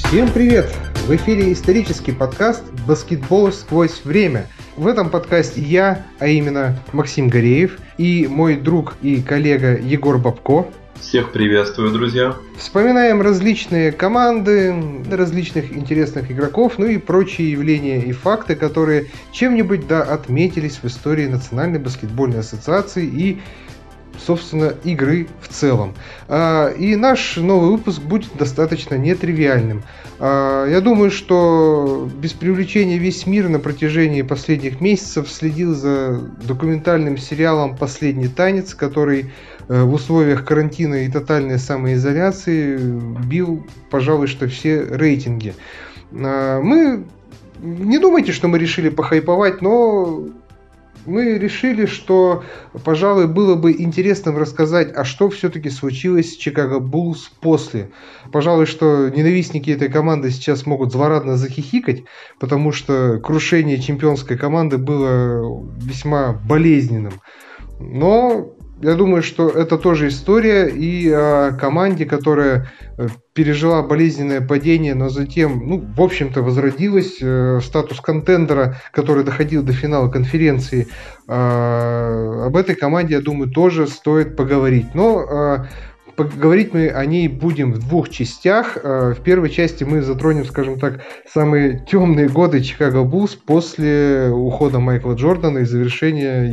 Всем привет! В эфире исторический подкаст «Баскетбол сквозь время». В этом подкасте я, а именно Максим Гореев, и мой друг и коллега Егор Бабко. Всех приветствую, друзья! Вспоминаем различные команды, различных интересных игроков, ну и прочие явления и факты, которые чем-нибудь отметились в истории Национальной баскетбольной ассоциации и, собственно, игры в целом. И наш новый выпуск будет достаточно нетривиальным. Я думаю, что без преувеличения весь мир на протяжении последних месяцев следил за документальным сериалом «Последний танец», который в условиях карантина и тотальной самоизоляции бил, пожалуй, что все рейтинги. Мы не думайте, что мы решили похайповать, но мы решили, что, пожалуй, было бы интересно рассказать, а что все-таки случилось с Чикаго Буллс после. Пожалуй, что ненавистники этой команды сейчас могут злорадно захихикать, потому что крушение чемпионской команды было весьма болезненным. Но я думаю, что это тоже история и о команде, которая пережила болезненное падение, но затем, в общем-то, возродилась в статус контендера, который доходил до финала конференции. Об этой команде, я думаю, тоже стоит поговорить. Но поговорить мы о ней будем в двух частях. В первой части мы затронем, скажем так, самые темные годы Чикаго Буллс после ухода Майкла Джордана и завершения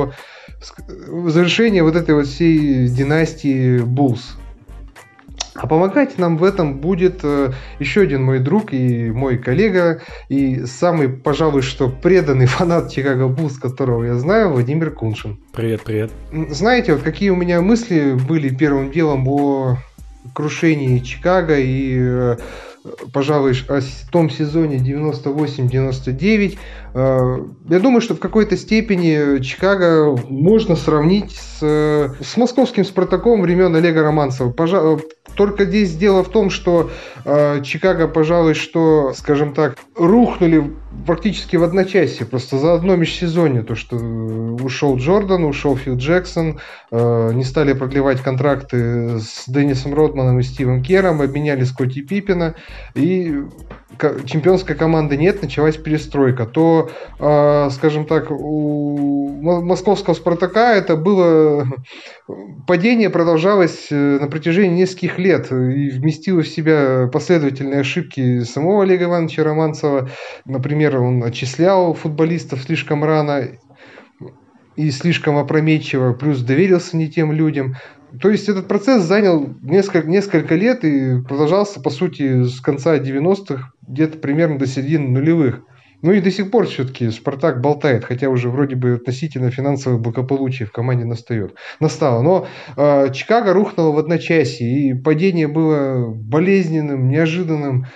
вот этой вот всей династии Буллс. А помогать нам в этом будет еще один мой друг и мой коллега, и самый, пожалуй, что преданный фанат Чикаго Буллс, которого я знаю, Владимир Куншин. Привет. Знаете, вот какие у меня мысли были первым делом о крушении Чикаго и, пожалуй, о том сезоне 98-99. Я думаю, что в какой-то степени Чикаго можно сравнить с московским «Спартаком» времен Олега Романцева. Только здесь дело в том, что Чикаго, пожалуй, что, скажем так, рухнули практически в одночасье, просто за одно межсезонье. То, что ушел Джордан, ушел Фил Джексон, не стали продлевать контракты с Деннисом Родманом и Стивом Кером, обменяли Скотти Пиппина, и чемпионской команды нет, началась перестройка. То, скажем так, у московского «Спартака» это было падение, продолжалось на протяжении нескольких лет и вместило в себя последовательные ошибки самого Олега Ивановича Романцева. Например, он отчислял футболистов слишком рано и слишком опрометчиво, плюс доверился не тем людям. То есть этот процесс занял несколько лет и продолжался, по сути, с конца 90-х, где-то примерно до середины нулевых. Ну и до сих пор все-таки «Спартак» болтает, хотя уже вроде бы относительно финансового благополучия в команде настало. Но Чикаго рухнуло в одночасье, и падение было болезненным, неожиданным.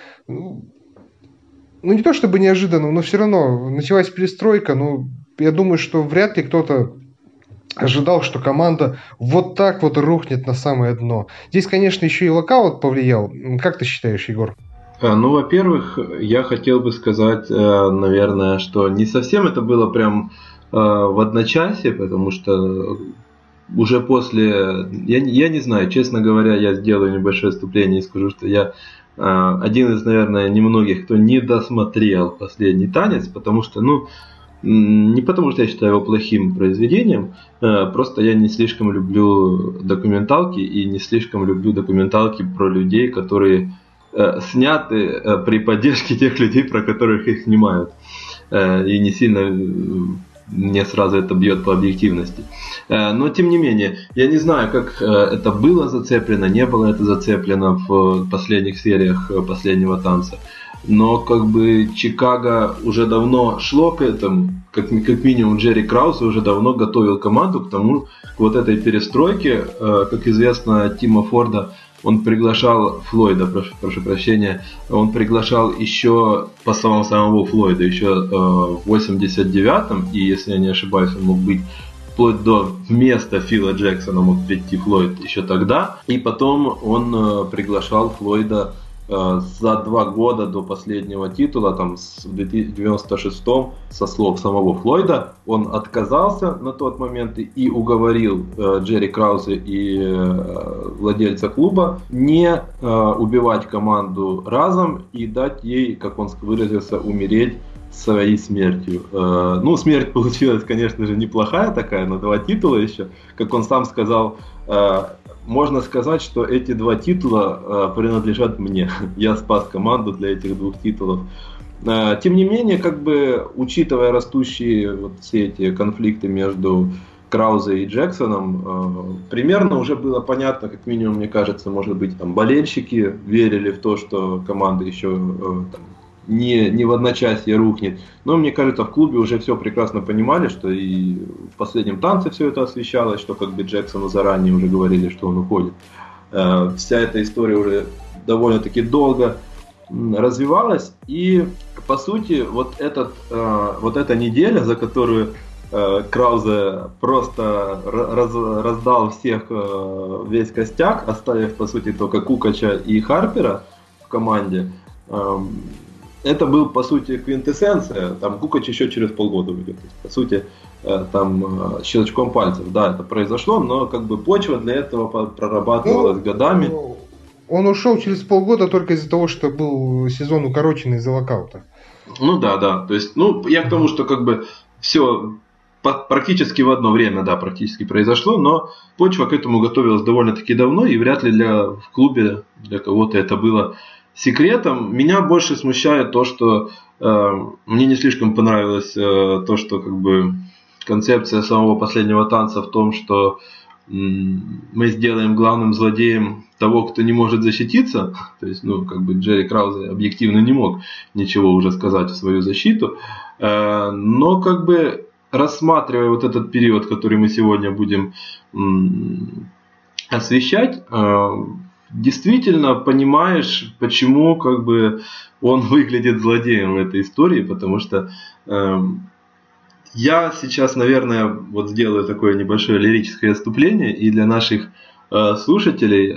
Не то чтобы неожиданным, но все равно началась перестройка. Я думаю, что вряд ли кто-то ожидал, что команда вот так вот рухнет на самое дно. Здесь, конечно, еще и локаут повлиял. Как ты считаешь, Егор? Во-первых, я хотел бы сказать, наверное, что не совсем это было прям в одночасье, потому что уже после... Я не знаю, честно говоря, я сделаю небольшое вступление и скажу, что я один из, наверное, немногих, кто не досмотрел «Последний танец», потому что, не потому что я считаю его плохим произведением, просто я не слишком люблю документалки и не слишком люблю документалки про людей, которые сняты при поддержке тех людей, про которых их снимают. И не сильно мне сразу это бьет по объективности. Но тем не менее, я не знаю, как это было зацеплено, не было это зацеплено в последних сериях «Последнего танца». Но Чикаго уже давно шло к этому, как минимум Джерри Краус уже давно готовил команду к тому, к вот этой перестройке. Как известно, Тима Форда, он приглашал Флойда, прошу прощения, он приглашал еще, по словам самого Флойда, еще в 89-м, и если я не ошибаюсь, он мог быть вплоть до вместо Фила Джексона мог прийти Флойд еще тогда, и потом он приглашал Флойда за 2 года до последнего титула, там, в 1996-м, со слов самого Флойда, он отказался на тот момент и уговорил Джерри Краузе и владельца клуба не убивать команду разом и дать ей, как он выразился, умереть своей смертью. Ну, смерть получилась, конечно же, неплохая такая, на 2 титула еще. Как он сам сказал, можно сказать, что эти 2 титула принадлежат мне. Я спас команду для этих 2 титулов. Тем не менее, как бы, учитывая растущие вот все эти конфликты между Краузе и Джексоном, примерно уже было понятно, как минимум, мне кажется, может быть, там болельщики верили в то, что команда еще там, не в одночасье рухнет. Но мне кажется, в клубе уже все прекрасно понимали, что и в последнем танце все это освещалось, что как бы Джексону заранее уже говорили, что он уходит. Вся эта история уже довольно-таки долго развивалась. И по сути вот эта неделя, за которую Краузе просто раздал всех весь костяк, оставив по сути только Кукача и Харпера в команде, это был, по сути, квинтэссенция. Там Кукач еще через полгода выйдет. По сути, там щелчком пальцев. Да, это произошло, но как бы почва для этого прорабатывалась годами. Он ушел через полгода только из-за того, что был сезон укороченный из-за локаута. Ну да. То есть, я к тому, что как бы все практически в одно время, да, практически произошло, но почва к этому готовилась довольно-таки давно, и вряд ли в клубе для кого-то это было секретом. Меня больше смущает то, что мне не слишком понравилось то, что как бы концепция самого последнего танца в том, что мы сделаем главным злодеем того, кто не может защититься. То есть, как бы Джерри Краузе объективно не мог ничего уже сказать в свою защиту. Но как бы рассматривая вот этот период, который мы сегодня будем освещать, действительно понимаешь, почему как бы он выглядит злодеем в этой истории, потому что я сейчас, наверное, вот сделаю такое небольшое лирическое отступление и для наших слушателей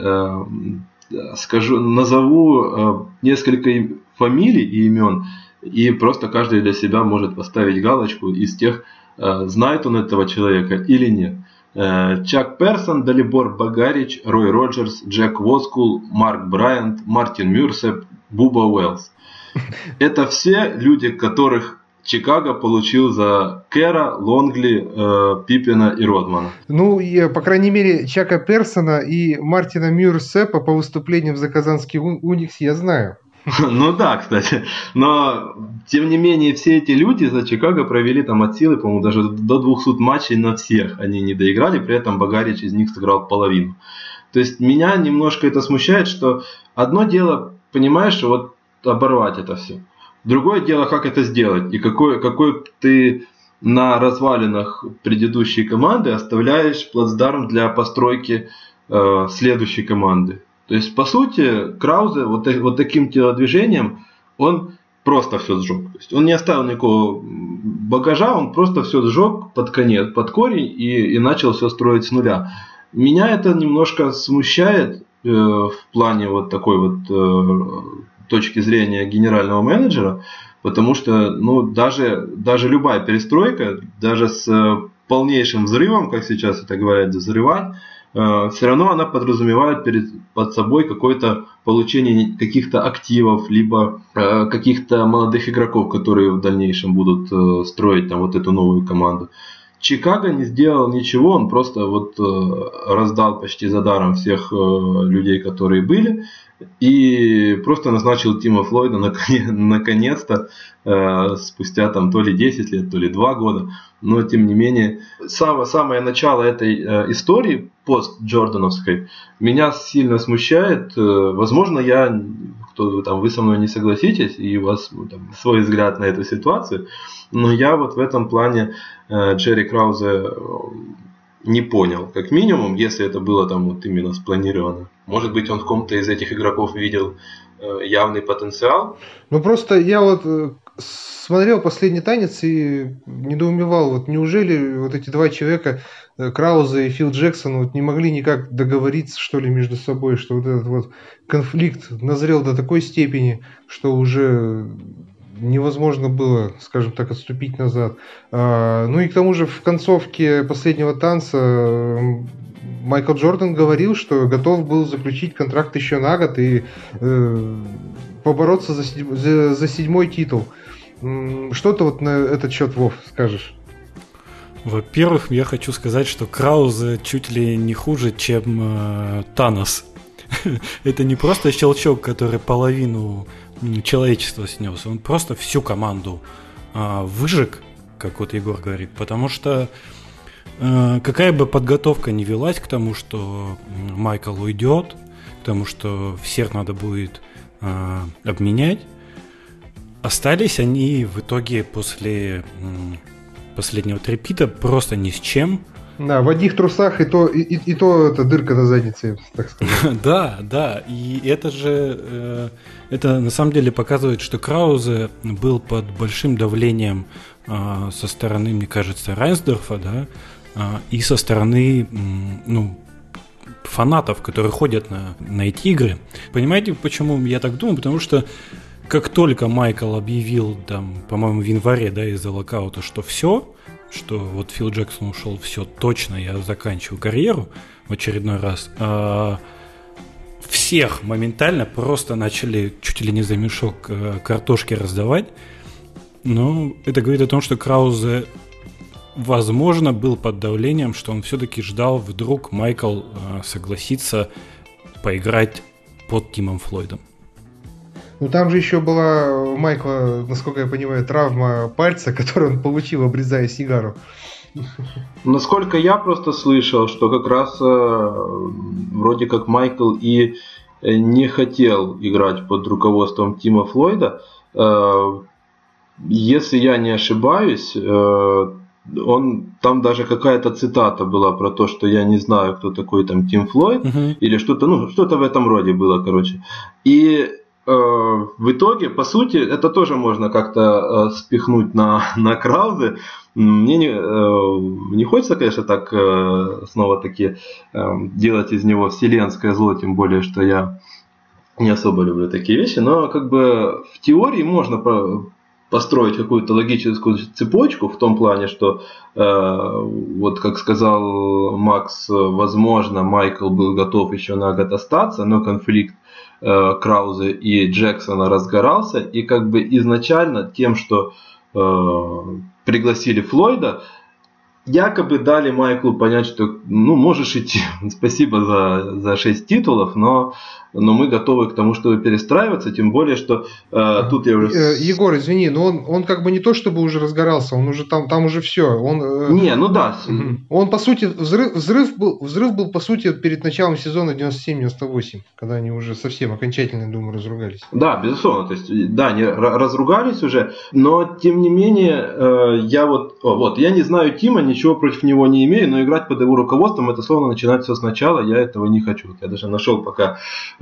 назову несколько фамилий и имен, и просто каждый для себя может поставить галочку из тех, знает он этого человека или нет. Чак Персон, Далибор Багарич, Рой Роджерс, Джек Воскул, Марк Брайант, Мартин Мюрсеп, Буба Уэллс. Это все люди, которых Чикаго получил за Кэра, Лонгли, Пиппина и Родмана. По крайней мере, Чака Персона и Мартина Мюрсепа по выступлениям за Казанский Уникс я знаю. Ну да, кстати. Но, тем не менее, все эти люди за Чикаго провели там от силы, по-моему, даже до 200 матчей на всех. Они не доиграли, при этом Багарич из них сыграл половину. То есть меня немножко это смущает, что одно дело, понимаешь, вот оборвать это все. Другое дело, как это сделать. И какой ты на развалинах предыдущей команды оставляешь плацдарм для постройки следующей команды. То есть, по сути, Краузе вот таким телодвижением, он просто все сжег. То есть, он не оставил никакого багажа, он просто все сжег под корень и начал все строить с нуля. Меня это немножко смущает в плане вот такой вот точки зрения генерального менеджера, потому что даже любая перестройка, даже с полнейшим взрывом, как сейчас это говорят, взрывать, все равно она подразумевает под собой какое-то получение каких-то активов, либо каких-то молодых игроков, которые в дальнейшем будут строить там вот эту новую команду. Чикаго не сделал ничего, он просто вот раздал почти за даром всех людей, которые были, и просто назначил Тима Флойда наконец-то, спустя там то ли 10 лет, то ли 2 года, но тем не менее, самое начало этой истории пост-джордановской меня сильно смущает. Возможно, вы со мной не согласитесь, и у вас там свой взгляд на эту ситуацию, но я вот в этом плане Джерри Краузе не понял, как минимум, если это было там вот именно спланировано. Может быть, он в ком-то из этих игроков видел явный потенциал? Просто я вот смотрел «Последний танец» и недоумевал, вот неужели вот эти два человека, Краузе и Фил Джексон, вот не могли никак договориться, что ли, между собой, что вот этот вот конфликт назрел до такой степени, что уже невозможно было, скажем так, отступить назад. Ну и к тому же в концовке «Последнего танца» Майкл Джордан говорил, что готов был заключить контракт еще на год и побороться за 7-й титул. Что ты вот на этот счет, Вов, скажешь? Во-первых, я хочу сказать, что Краузе чуть ли не хуже, чем Танос. Это не просто щелчок, который половину человечества снес, он просто всю команду выжег, как вот Егор говорит, потому что какая бы подготовка ни велась к тому, что Майкл уйдет, к тому, что всех надо будет обменять, остались они в итоге после последнего трипита просто ни с чем. Да, в одних трусах и то это дырка на заднице, так сказать. Да, и это же, это на самом деле показывает, что Краузе был под большим давлением со стороны, мне кажется, Райнсдорфа, да, и со стороны, фанатов, которые ходят на эти игры. Понимаете, почему я так думаю? Потому что как только Майкл объявил, там, по-моему, в январе, да, из-за локаута, что все, что вот Фил Джексон ушел, все, точно, я заканчиваю карьеру в очередной раз, всех моментально просто начали чуть ли не за мешок картошки раздавать. Но это говорит о том, что Краузе, возможно, был под давлением, что он все-таки ждал, вдруг Майкл согласится поиграть под Тимом Флойдом. Ну там же еще была у Майкла, насколько я понимаю, травма пальца, которую он получил, обрезая сигару. Насколько я просто слышал, что как раз вроде как Майкл и не хотел играть под руководством Тима Флойда. Если я не ошибаюсь, там даже какая-то цитата была про то, что я не знаю, кто такой там Тим Флойд, или что-то в этом роде было, короче. И в итоге, по сути, это тоже можно как-то спихнуть на Краузе. Мне не хочется, конечно, так снова-таки делать из него вселенское зло, тем более, что я не особо люблю такие вещи, но как бы в теории можно построить какую-то логическую цепочку в том плане, что вот как сказал Макс, возможно, Майкл был готов еще на год остаться, но конфликт Краузе и Джексона разгорался, и как бы изначально тем, что пригласили Флойда, якобы дали Майклу понять, что можешь идти, спасибо за 6 титулов, но мы готовы к тому, чтобы перестраиваться, тем более, что тут я уже... Егор, извини, но он как бы не то, чтобы уже разгорался, он уже там уже все. Он, по сути, взрыв был, по сути, перед началом сезона 97-98, когда они уже совсем окончательно, думаю, разругались. Да, безусловно, то есть, да, они разругались уже, но, тем не менее, я не знаю Тима, ничего против него не имею, но играть под его руководством, это словно начинать все сначала, я этого не хочу. Я даже нашел, пока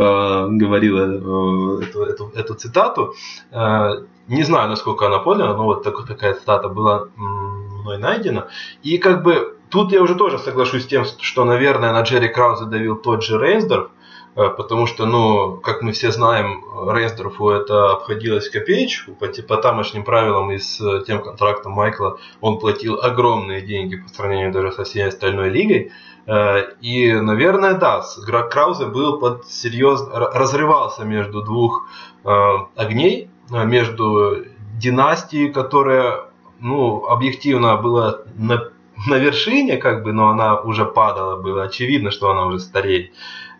говорил эту цитату. Не знаю, насколько она подлинна, но вот такая цитата была мной найдена. И как бы тут я уже тоже соглашусь с тем, что, наверное, на Джерри Краузе давил тот же Рейнсдорф, потому что, как мы все знаем, Рейнсдорфу это обходилось в копеечку. По тамошним правилам и с тем контрактом Майкла он платил огромные деньги по сравнению даже со всей остальной лигой. И, наверное, да, Краузе был разрывался между двух огней, между династией, которая, объективно была на вершине, как бы, но она уже падала, было очевидно, что она уже стареет.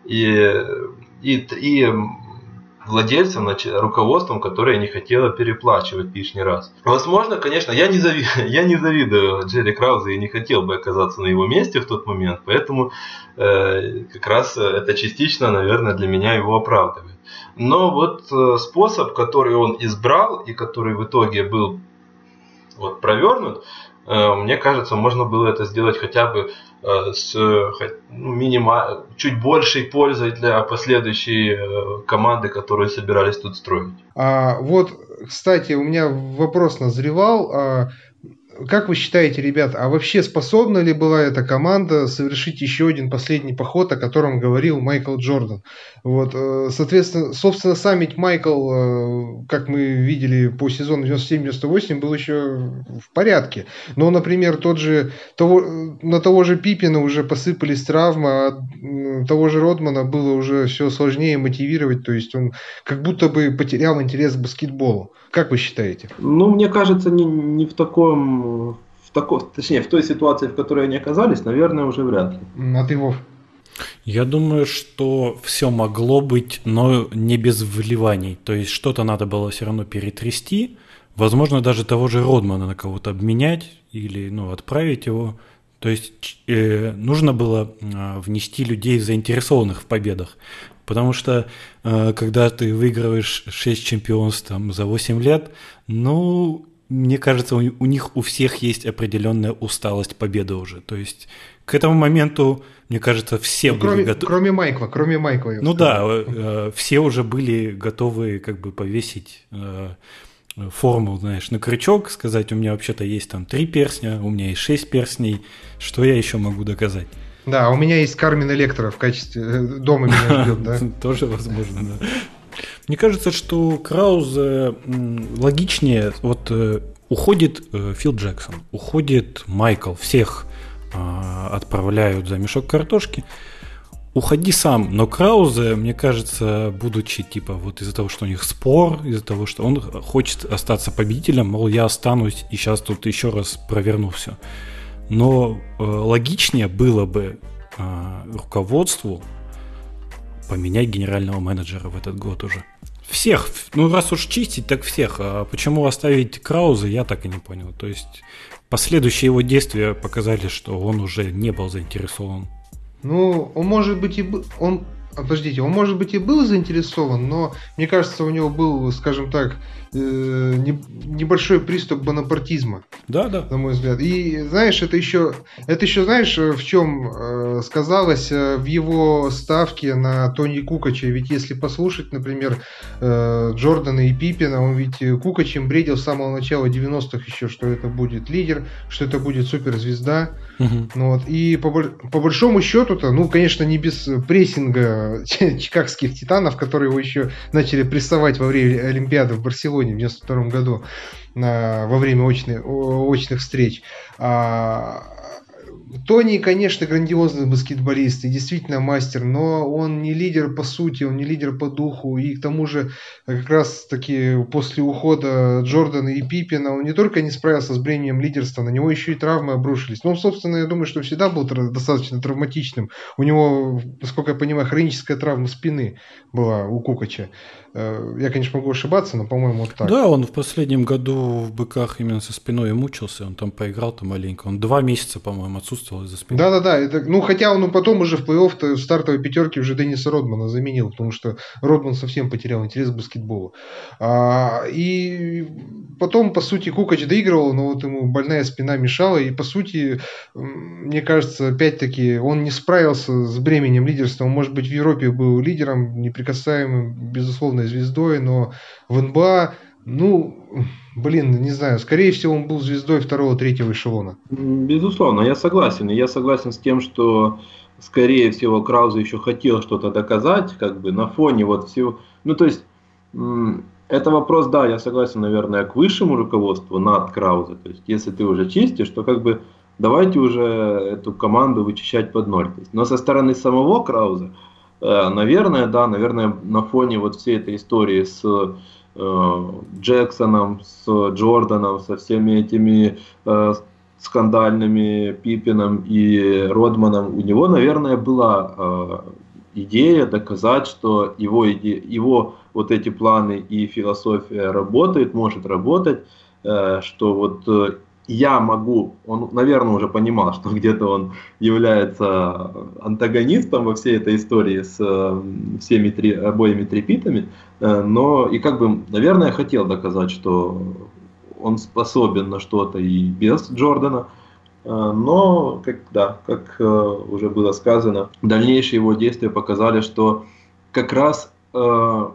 И владельцам, руководством, которое не хотело переплачивать лишний раз. Возможно, конечно, я не завидую Джерри Краузе и не хотел бы оказаться на его месте в тот момент, поэтому как раз это частично, наверное, для меня его оправдывает. Но вот способ, который он избрал и который в итоге был провернут, мне кажется, можно было это сделать хотя бы с чуть большей пользой для последующей команды, которую собирались тут строить. Вот, кстати, у меня вопрос назревал. Как вы считаете, ребят, а вообще способна ли была эта команда совершить еще один последний поход, о котором говорил Майкл Джордан? Вот, соответственно, собственно, сам ведь Майкл, как мы видели по сезону 97-98, был еще в порядке. Но, например, на того же Пиппина уже посыпались травмы, а того же Родмана было уже все сложнее мотивировать, то есть он как будто бы потерял интерес к баскетболу. Как вы считаете? Мне кажется, не в той ситуации, в которой они оказались, наверное, уже вряд ли. А ты, Вов? Я думаю, что все могло быть, но не без вливаний. То есть что-то надо было все равно перетрясти. Возможно, даже того же Родмана на кого-то обменять или отправить его. То есть нужно было внести людей, заинтересованных в победах. Потому что когда ты выигрываешь 6 чемпионств за 8 лет, мне кажется, у них у всех есть определенная усталость победы уже. То есть к этому моменту, мне кажется, все были готовы. Кроме Майкла. Все уже были готовы повесить форму, на крючок, сказать, у меня вообще-то есть 3 перстня, у меня есть 6 перстней, что я еще могу доказать? Да, у меня есть Кармен Электро в качестве дома меня ждет, да. Тоже возможно, да. Мне кажется, что Краузе логичнее. Уходит Фил Джексон, уходит Майкл, всех отправляют за мешок картошки. Уходи сам, но Краузе, мне кажется, будучи из-за того, что у них спор, из-за того, что он хочет остаться победителем, мол, я останусь и сейчас тут еще раз проверну все. Но логичнее было бы руководству поменять генерального менеджера в этот год уже. Всех. Раз уж чистить, так всех. А почему оставить Крауза, я так и не понял. То есть последующие его действия показали, что он уже не был заинтересован. Он может быть и был... Он может быть и был заинтересован, но мне кажется, у него был, скажем так, небольшой приступ бонапартизма. Да. На мой взгляд. И знаешь, это еще знаешь, в чем сказалось в его ставке на Тони Кукача. Ведь если послушать, например, Джордана и Пиппина, он ведь Кукачем бредил с самого начала 90-х еще, что это будет лидер, что это будет суперзвезда. Угу. И по большому счету-то, конечно, не без прессинга чикагских титанов, которые его еще начали прессовать во время Олимпиады в Барселоне в 1992 году во время очных встреч. Тони, конечно, грандиозный баскетболист и действительно мастер, но он не лидер по сути, он не лидер по духу. И к тому же, как раз таки после ухода Джордана и Пиппина, он не только не справился с бремением лидерства, на него еще и травмы обрушились. Собственно, я думаю, что всегда был достаточно травматичным. У него, насколько я понимаю, хроническая травма спины была у Кукача. Я, конечно, могу ошибаться, но, по-моему, вот так. Да, он в последнем году в быках именно со спиной и мучился, он там поиграл маленько. Он 2 месяца, по-моему, отсутствовал из-за спины. Да. Хотя он потом уже в плей-офф в стартовой пятерке уже Денниса Родмана заменил, потому что Родман совсем потерял интерес к баскетболу. И потом, по сути, Кукач доигрывал, но ему больная спина мешала. И, по сути, мне кажется, опять-таки, он не справился с бременем лидерства. Он, может быть, в Европе был лидером, неприкасаемым, безусловно, звездой, но в НБА, не знаю, скорее всего, он был звездой 2-3 эшелона. Безусловно, я согласен. И я согласен с тем, что, скорее всего, Краузе еще хотел что-то доказать, на фоне всего. Это вопрос, да, я согласен, наверное, к высшему руководству над Краузе. То есть, если ты уже чистишь, то давайте уже эту команду вычищать под ноль. Но со стороны самого Крауза, наверное, на фоне всей этой истории с Джексоном, с Джорданом, со всеми этими скандальными Пиппином и Родманом, у него, наверное, была идея доказать, что его эти планы и философия работает, может работать, что я могу, он, наверное, уже понимал, что где-то он является антагонистом во всей этой истории с обоими трипитами, но наверное, хотел доказать, что он способен на что-то и без Джордана. Но, как уже было сказано, дальнейшие его действия показали, что как раз, я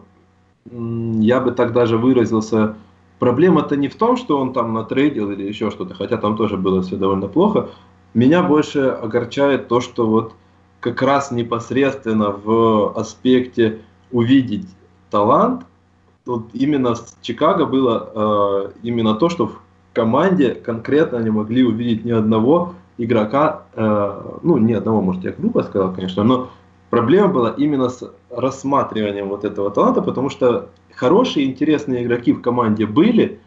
бы так даже выразился, проблема-то не в том, что он там натрейдил или еще что-то, хотя там тоже было все довольно плохо. Меня больше огорчает то, что вот как раз непосредственно в аспекте увидеть талант, вот именно с Чикаго было именно то, что в команде конкретно не могли увидеть ни одного игрока, ни одного, может, я грубо сказал, конечно, но проблема была именно с рассматриванием вот этого таланта, потому что хорошие, интересные игроки в команде были,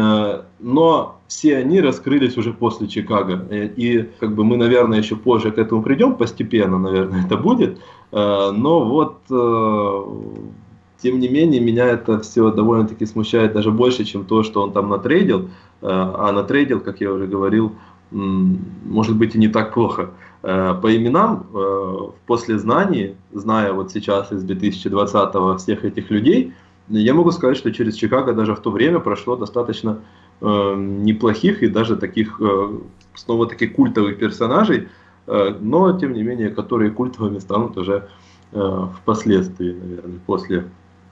но все они раскрылись уже после Чикаго. И как бы мы, наверное, еще позже к этому придем, постепенно, наверное, это будет. Но вот, тем не менее, меня это все довольно-таки смущает даже больше, чем то, что он там натрейдил. А натрейдил, как я уже говорил, может быть и не так плохо. По именам, после знаний, зная вот сейчас из 2020-го всех этих людей, я могу сказать, что через Чикаго даже в то время прошло достаточно неплохих и даже таких, снова таких культовых персонажей, но тем не менее, которые культовыми станут уже впоследствии, наверное, после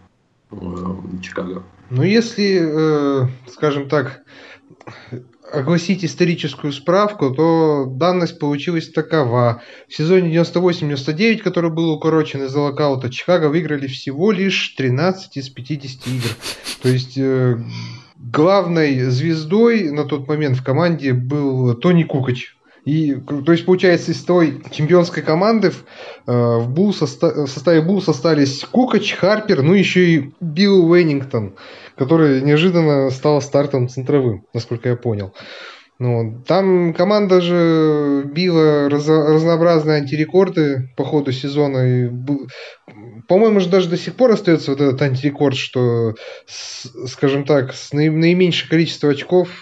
Чикаго. Ну, если, скажем так, огласить историческую справку, то данность получилась такова. В сезоне 98-99, который был укорочен из-за локаута, Чикаго выиграли всего лишь 13 из 50 игр. То есть главной звездой на тот момент в команде был Тони Кукоч. И, то есть, получается, из той чемпионской команды в составе Буллс остались Кукоч, Харпер, ну еще и Билл Уэннингтон, который неожиданно стал стартом центровым, насколько я понял. Ну, там команда же била разнообразные антирекорды по ходу сезона. И, по-моему, же даже до сих пор остается вот этот антирекорд, что, скажем так, с наименьшее количество очков,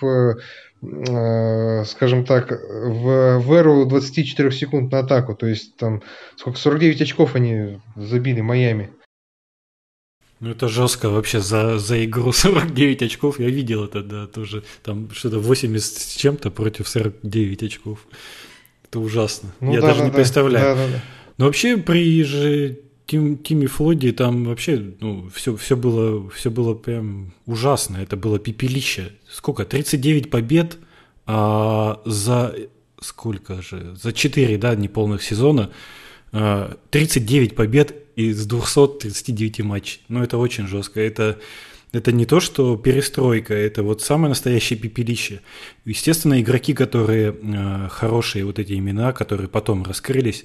скажем так, в эру 24 секунд на атаку. То есть там сколько, 49 очков они забили Майами. Ну, это жестко вообще за игру 49 очков. Я видел это, да, тоже. Там что-то 80 с чем-то против 49 очков. Это ужасно. Ну, я даже не представляю. Да. Но вообще при же Тиме Флойде там вообще все было прям ужасно. Это было пепелище. Сколько? 39 побед за сколько же? За 4, да, неполных сезона. 39 побед из 239 матчей. Ну, это очень жестко. Это не то, что перестройка, это вот самое настоящее пепелище. Естественно, игроки, которые хорошие, вот эти имена, которые потом раскрылись,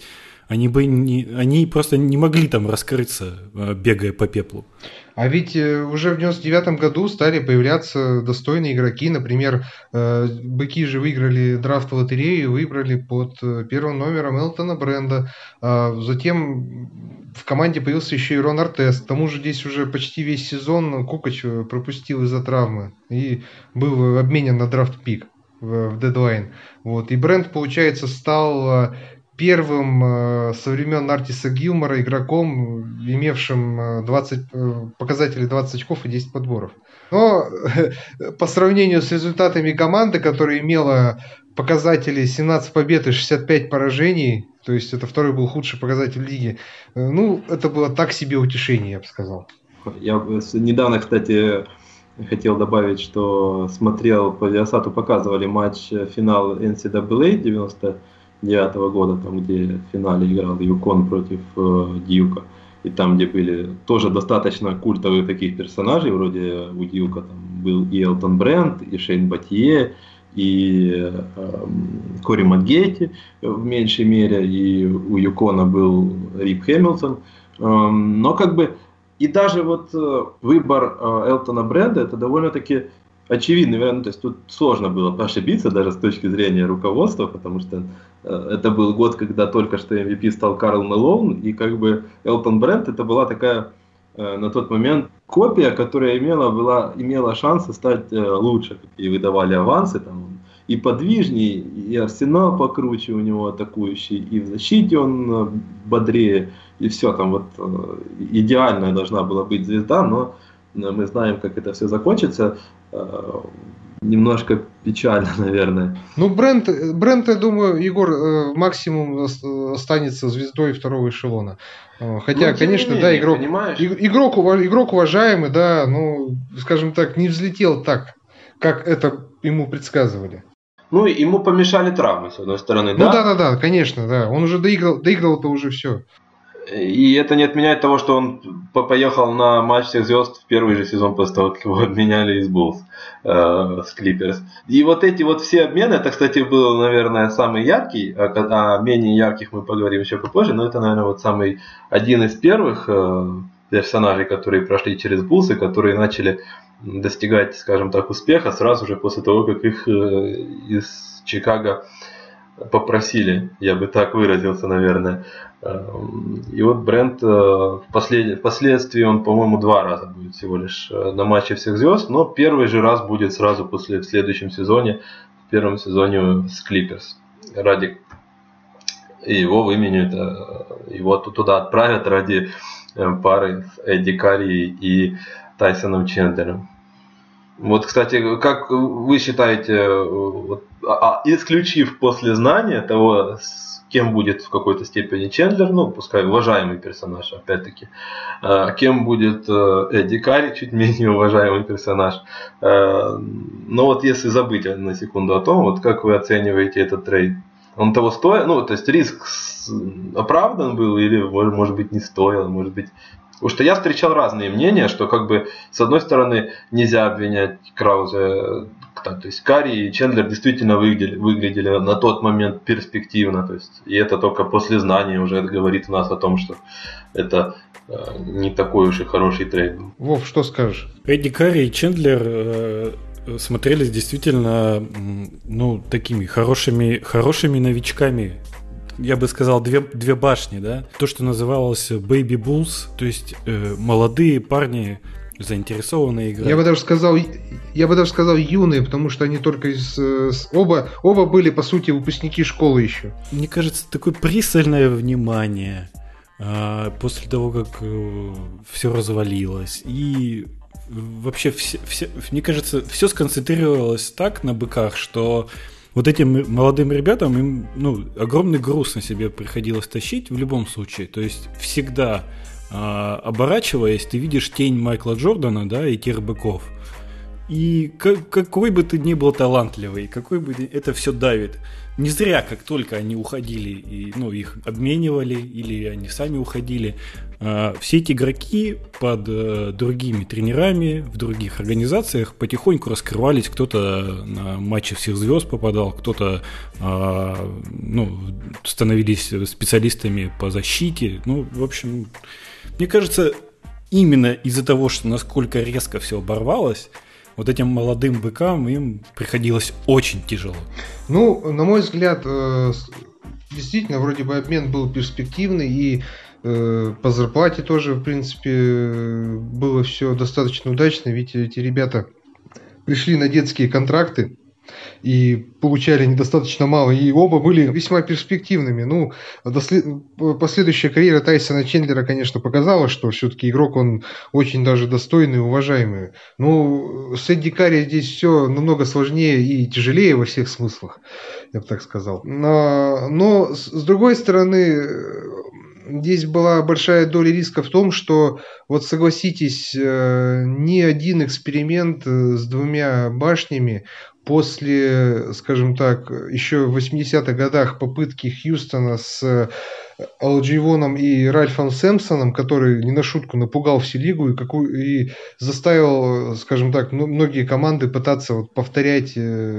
они просто не могли там раскрыться, бегая по пеплу. А ведь уже в 99-м году стали появляться достойные игроки. Например, быки же выиграли драфт-лотерею, выбрали под первым номером Элтона Бренда. Затем в команде появился еще и Рон Артест. К тому же здесь уже почти весь сезон Кукоч пропустил из-за травмы и был обменен на драфт-пик в дедлайн. Вот. И Бренд, получается, стал первым со времен Артиса Гилмора игроком, имевшим показатели 20 очков и 10 подборов. Но по сравнению с результатами команды, которая имела показатели 17 побед и 65 поражений, то есть это второй был худший показатель лиги, это было так себе утешение, я бы сказал. Я недавно, кстати, хотел добавить, что смотрел по Viasat, показывали матч-финал NCAA 99 года, там где в финале играл Юкон против Дьюка. И там, где были тоже достаточно культовых таких персонажей, вроде у Дьюка там был и Элтон Бренд, и Шейн Батье, и Кори Макгейти в меньшей мере, и у Юкона был Рип Хэмилтон. Но как бы, и даже вот выбор Элтона Бренда, это довольно-таки очевидно, то есть тут сложно было ошибиться даже с точки зрения руководства, потому что это был год, когда только что MVP стал Карл Мэлоун, и как бы Элтон Бренд это была такая на тот момент копия, которая имела шансы стать лучше, и выдавали авансы, там, и подвижнее, и арсенал покруче у него атакующий, и в защите он бодрее, и все там вот идеальная должна была быть звезда, но мы знаем, как это все закончится. Немножко печально, наверное. Ну, Брент, я думаю, Егор, максимум останется звездой второго эшелона. Хотя, конечно, да, игрок уважаемый, да, ну, скажем так, не взлетел так, как это ему предсказывали. Ну, ему помешали травмы, с одной стороны, да? Ну, да, конечно, да. Он уже доиграл-то уже все. И это не отменяет того, что он поехал на матч всех звезд в первый же сезон после того, как его обменяли из Буллс с Клиперс. И вот эти вот все обмены, это, кстати, был, наверное, самый яркий, о менее ярких мы поговорим еще попозже, но это, наверное, вот самый один из первых персонажей, которые прошли через Буллс и которые начали достигать, скажем так, успеха сразу же после того, как их из Чикаго попросили, я бы так выразился, наверное. И вот Брент впоследствии он, по-моему, 2 раза будет всего лишь на матче всех звезд, но первый же раз будет сразу в следующем сезоне, в первом сезоне с Клиперс. Ради его выменяют, его туда отправят ради пары с Эдди Карри и Тайсоном Чендлером. Вот, кстати, как вы считаете, исключив после знания того, с кем будет в какой-то степени Чендлер, ну, пускай уважаемый персонаж, опять-таки, кем будет Эдди Карри, чуть менее уважаемый персонаж. Но вот если забыть на секунду о том, вот как вы оцениваете этот трейд? Он того стоил? Ну, то есть риск оправдан был или, может быть, не стоил, может быть... Потому что я встречал разные мнения, что как бы с одной стороны нельзя обвинять Краузе, то есть Карри и Чендлер действительно выглядели на тот момент перспективно, то есть и это только после знания уже говорит у нас о том, что это не такой уж и хороший трейд. Вов, что скажешь? Эдди Карри и Чендлер смотрелись действительно, ну, такими хорошими новичками. Я бы сказал, две башни, да? То, что называлось Baby Bulls, то есть молодые парни, заинтересованные играть. Я бы даже сказал юные, потому что они только оба были, по сути, выпускники школы еще. Мне кажется, такое пристальное внимание после того, как все развалилось. И вообще, мне кажется, все сконцентрировалось так на быках, что вот этим молодым ребятам им, ну, огромный груз на себе приходилось тащить в любом случае. То есть всегда оборачиваясь, ты видишь тень Майкла Джордана, да, и тех быков. И какой бы ты ни был талантливый, какой бы это все давит. Не зря, как только они уходили, и, ну, их обменивали, или они сами уходили, все эти игроки под другими тренерами в других организациях потихоньку раскрывались. Кто-то на матчи всех звезд попадал, кто-то становились специалистами по защите. Ну, в общем, мне кажется, именно из-за того, что насколько резко все оборвалось, вот этим молодым быкам им приходилось очень тяжело. Ну, на мой взгляд, действительно, вроде бы обмен был перспективный, и по зарплате тоже, в принципе, было все достаточно удачно, ведь эти ребята пришли на детские контракты и получали недостаточно мало, и оба были весьма перспективными. Ну, последующая карьера Тайсона Чендлера, конечно, показала, что все-таки игрок он очень даже достойный и уважаемый. Ну, с Эдди Карри здесь все намного сложнее и тяжелее во всех смыслах, я бы так сказал. Но с другой стороны, здесь была большая доля риска в том, что, вот согласитесь, ни один эксперимент с двумя башнями после, скажем так, еще в 80-х годах попытки Хьюстона с Алджи Воном и Ральфом Сэмпсоном, который не на шутку напугал всю лигу и заставил, скажем так, многие команды пытаться вот повторять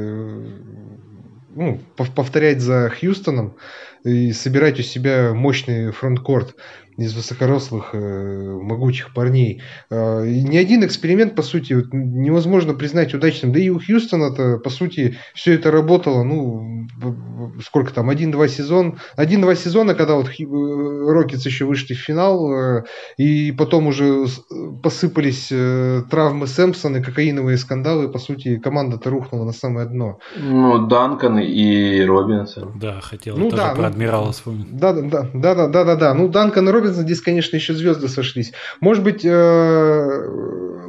за Хьюстоном и собирать у себя мощный фронткорт из высокорослых, могучих парней. Ни один эксперимент, по сути, невозможно признать удачным. Да и у Хьюстона-то, по сути, все это работало, ну, сколько там, 1-2 сезона, когда вот Рокетс еще вышли в финал, и потом уже посыпались травмы Сэмпсона, кокаиновые скандалы, по сути, команда-то рухнула на самое дно. Ну, Данкан и Робинсон. Да, хотел тоже про адмирала вспомнить. Да. Ну, Данкан и Робинсон, здесь, конечно, еще звезды сошлись. Может быть,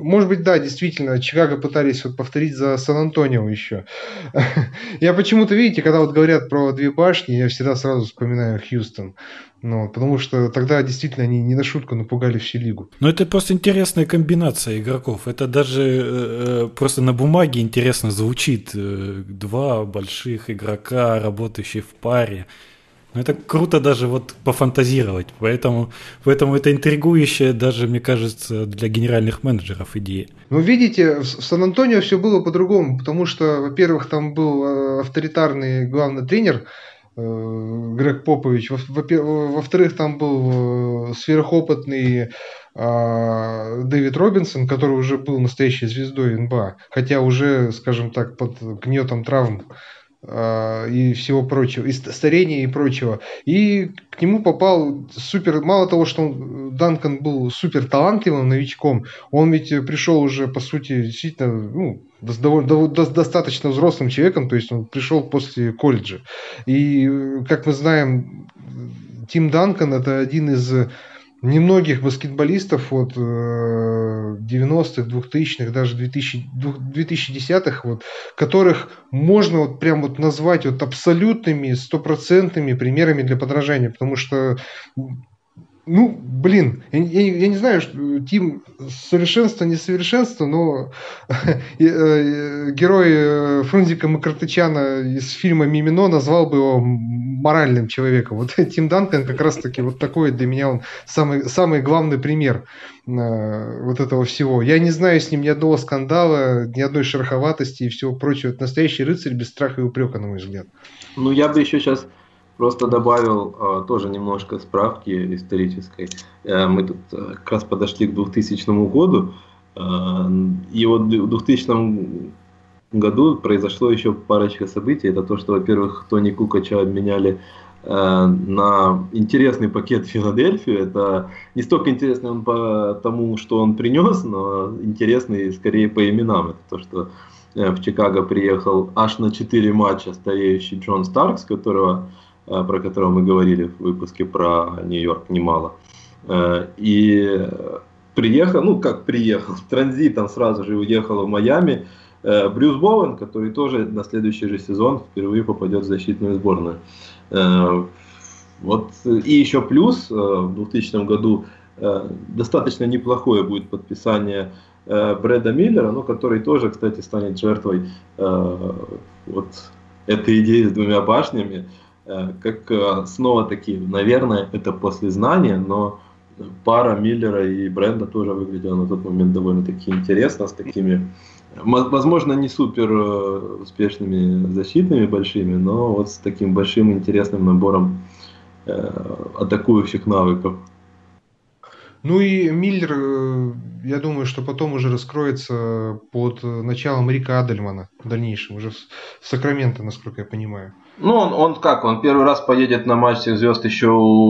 может быть, да, действительно, Чикаго пытались вот повторить за Сан-Антонио еще. Я почему-то, видите, когда вот говорят про две башни, я всегда сразу вспоминаю Хьюстон. Ну, потому что тогда действительно они не на шутку напугали всю лигу. Но это просто интересная комбинация игроков. Это даже просто на бумаге интересно звучит. Два больших игрока, работающие в паре. Но это круто даже вот пофантазировать. Поэтому это интригующая даже, мне кажется, для генеральных менеджеров идея. Ну, видите, в Сан-Антонио все было по-другому, потому что, во-первых, там был авторитарный главный тренер Грег Попович, во-вторых, там был сверхопытный Дэвид Робинсон, который уже был настоящей звездой НБА, хотя уже, скажем так, под гнетом травм и всего прочего, и старения и прочего. И к нему попал супер, мало того, что Данкан был супер талантливым новичком, он ведь пришел уже, по сути, действительно, достаточно взрослым человеком, то есть он пришел после колледжа. И, как мы знаем, Тим Данкан – это один из немногих баскетболистов от 90-х, 2000-х, даже 2010-х, вот, которых можно вот прям вот назвать вот абсолютными, стопроцентными примерами для подражания, потому что, ну, блин, я не знаю, Тим совершенство, несовершенство, но герой Фрунзика Макартычана из фильма «Мимино» назвал бы его моральным человеком. Вот Тим Данкан как раз-таки вот такой для меня он самый главный пример вот этого всего. Я не знаю с ним ни одного скандала, ни одной шероховатости и всего прочего. Это настоящий рыцарь без страха и упрека, на мой взгляд. Ну, я бы еще сейчас просто добавил тоже немножко справки исторической. Мы тут как раз подошли к 2000 году, и вот в 2000 году произошло еще парочка событий. Это то, что, во-первых, Тони Кукача обменяли на интересный пакет в Филадельфию. Это не столько интересный он по тому, что он принес, но интересный скорее по именам. Это то, что в Чикаго приехал аж на 4 матча стареющий Джон Старкс, про которого мы говорили в выпуске про Нью-Йорк немало. И приехал, транзитом сразу же уехал в Майами Брюс Боуэн, который тоже на следующий же сезон впервые попадет в защитную сборную. Вот. И еще плюс в 2000 году достаточно неплохое будет подписание Брэда Миллера, который тоже, кстати, станет жертвой вот этой идеи с двумя башнями. Как снова-таки, наверное, это после знания, но пара Миллера и Бренда тоже выглядела на тот момент довольно-таки интересно, с такими, возможно, не супер успешными защитными большими, но вот с таким большим интересным набором атакующих навыков. Ну и Миллер, я думаю, что потом уже раскроется под началом Рика Адельмана в дальнейшем, уже в Сакраменто, насколько я понимаю. Ну, он первый раз поедет на матч всех звезд еще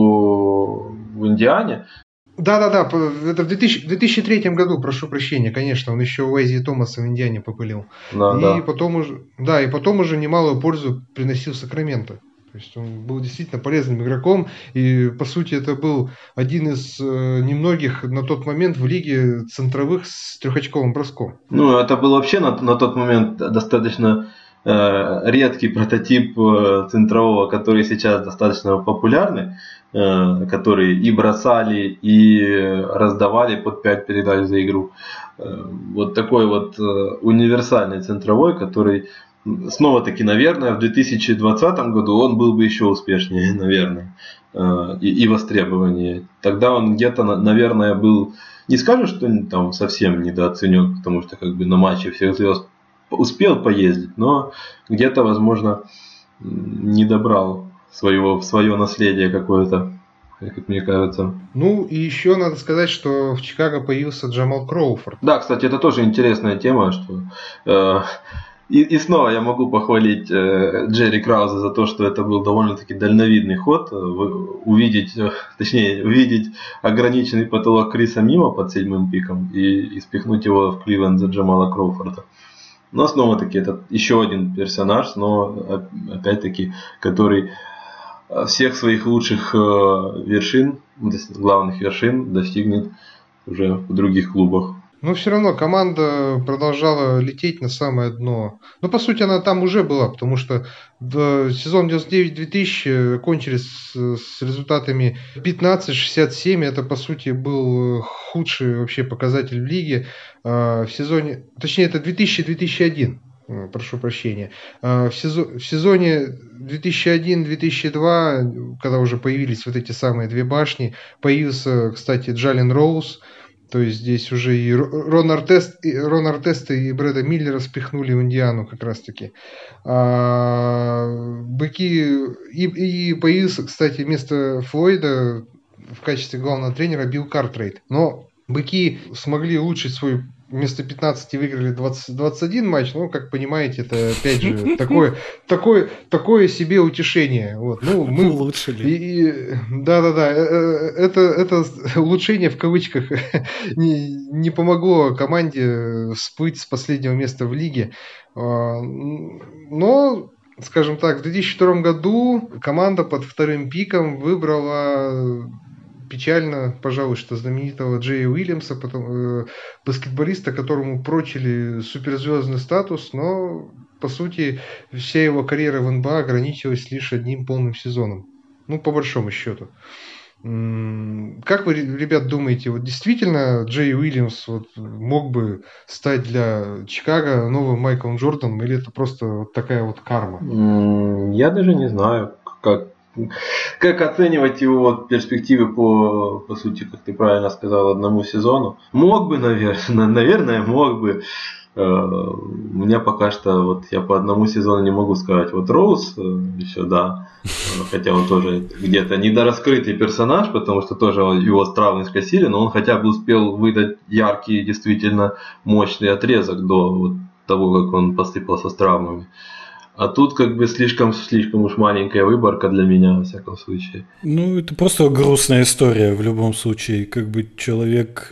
в Индиане. Да, это в 2003 году, прошу прощения, конечно, он еще у Эйзи Томаса в Индиане попылил. Потом уже немалую пользу приносил Сакраменто. То есть он был действительно полезным игроком, и по сути это был один из немногих на тот момент в лиге центровых с трехочковым броском. Ну, это был вообще на тот момент достаточно редкий прототип центрового, который сейчас достаточно популярный, которые и бросали, и раздавали под 5 передач за игру. Вот такой вот универсальный центровой, который снова-таки, наверное, в 2020 году он был бы еще успешнее, наверное, и востребованнее. Тогда он где-то, наверное, был, не скажу, что там совсем недооценен, потому что как бы на матче всех звезд успел поездить, но где-то, возможно, не добрал свое наследие какое-то, как мне кажется. Ну и еще надо сказать, что в Чикаго появился Джамал Кроуфорд. Да, кстати, это тоже интересная тема, что и снова я могу похвалить Джерри Крауза за то, что это был довольно-таки дальновидный ход, увидеть ограниченный потолок Криса Мимо под 7-м пиком и спихнуть его в Кливленд за Джамала Кроуфорда. Но снова-таки это еще один персонаж, но опять-таки, который всех своих лучших вершин, главных вершин достигнет уже в других клубах. Но все равно команда продолжала лететь на самое дно. Ну, по сути, она там уже была, потому что сезон 99-2000 кончились с результатами 15-67. Это, по сути, был худший вообще показатель в лиге. В сезоне, точнее, это 2000-2001. Прошу прощения. В сезоне 2001-2002, когда уже появились вот эти самые две башни, появился, кстати, Джален Роуз. То есть здесь уже и Рон Артеста и Брэда Миллера спихнули в Индиану как раз-таки. Быки... И появился, кстати, вместо Флойда в качестве главного тренера Билл Картрейт. Но быки смогли улучшить свой... Вместо 15 выиграли 21 матч. Ну, как понимаете, это опять же такое себе утешение. Вот. Ну, мы улучшили. Да-да-да. Это улучшение в кавычках не помогло команде всплыть с последнего места в лиге. Но, скажем так, в 2002 году команда под вторым пиком выбрала... Печально, пожалуй, что знаменитого Джея Уильямса, баскетболиста, которому прочили суперзвездный статус, но, по сути, вся его карьера в НБА ограничилась лишь одним полным сезоном. Ну, по большому счету. Как вы, ребят, думаете, вот действительно Джей Уильямс вот мог бы стать для Чикаго новым Майклом Джорданом, или это просто вот такая вот карма? Я даже не знаю, как оценивать его перспективы по сути, как ты правильно сказал, одному сезону. Мог бы, наверное, мог бы. У меня пока что, вот я по одному сезону не могу сказать. Вот Роуз еще, да, хотя он тоже где-то недораскрытый персонаж, потому что тоже его с травмы скосили, но он хотя бы успел выдать яркий, действительно мощный отрезок до вот того, как он посыпался с травмами. А тут как бы слишком уж маленькая выборка для меня, во всяком случае. Ну, это просто грустная история в любом случае. Как бы человек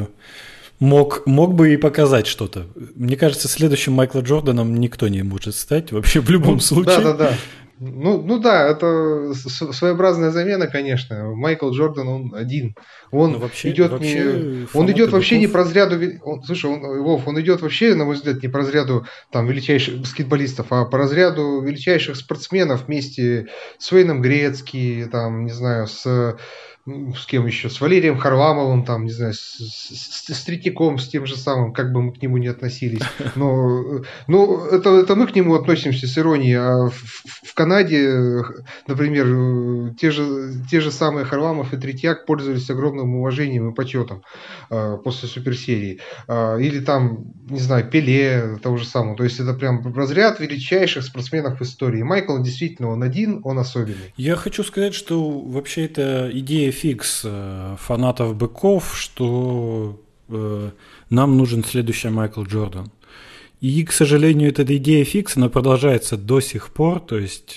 мог бы и показать что-то. Мне кажется, следующим Майкла Джорданом никто не может стать вообще в любом случае. Да. Ну да, это своееобразная замена, конечно. Майкл Джордан, он один. Он идет вообще не по разряду. Слушай, Вов, он идет вообще, на мой взгляд, не по разряду там величайших баскетболистов, а по разряду величайших спортсменов вместе с Уэйном Грецки, там, не знаю, с кем еще, с Валерием Харламовым, там, не знаю, с Третьяком, с тем же самым, как бы мы к нему не относились. Но это мы к нему относимся с иронией, а в Канаде, например, те же самые Харламов и Третьяк пользовались огромным уважением и почетом после суперсерии. Или там, не знаю, Пеле, того же самого. То есть это прям разряд величайших спортсменов в истории. Майкл действительно, он один, он особенный. Я хочу сказать, что вообще это идея фикс фанатов быков, что нам нужен следующий Майкл Джордан. И, к сожалению, эта идея фикс, она продолжается до сих пор. То есть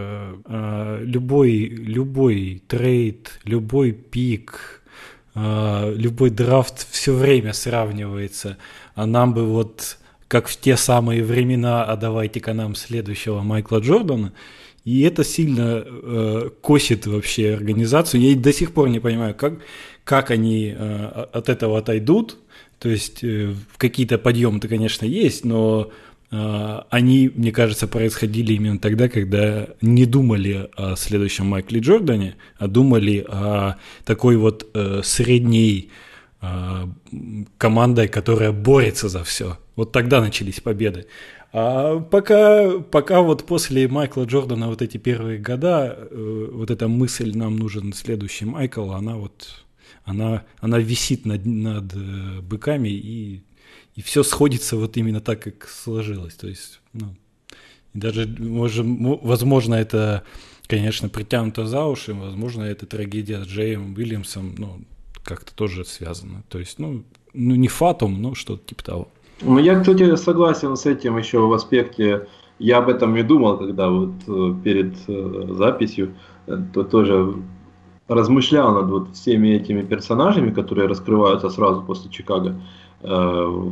любой трейд, любой пик, любой драфт все время сравнивается. А нам бы вот, как в те самые времена, а давайте-ка нам следующего Майкла Джордана. И это сильно косит вообще организацию. Я до сих пор не понимаю, как они от этого отойдут. То есть какие-то подъемы-то, конечно, есть, но они, мне кажется, происходили именно тогда, когда не думали о следующем Майкле Джордане, а думали о такой вот средней командой, которая борется за все. Вот тогда начались победы. А пока вот после Майкла Джордана вот эти первые года, вот эта мысль «нам нужен следующий Майкл», она висит над быками, и все сходится вот именно так, как сложилось. То есть, даже, возможно, это, конечно, притянуто за уши, возможно, это трагедия с Джеем Уильямсом, как-то тоже связано. То есть, не фатум, но что-то типа того. Ну, я, кстати, согласен с этим еще в аспекте, я об этом и думал, когда вот перед записью, то тоже размышлял над вот всеми этими персонажами, которые раскрываются сразу после Чикаго.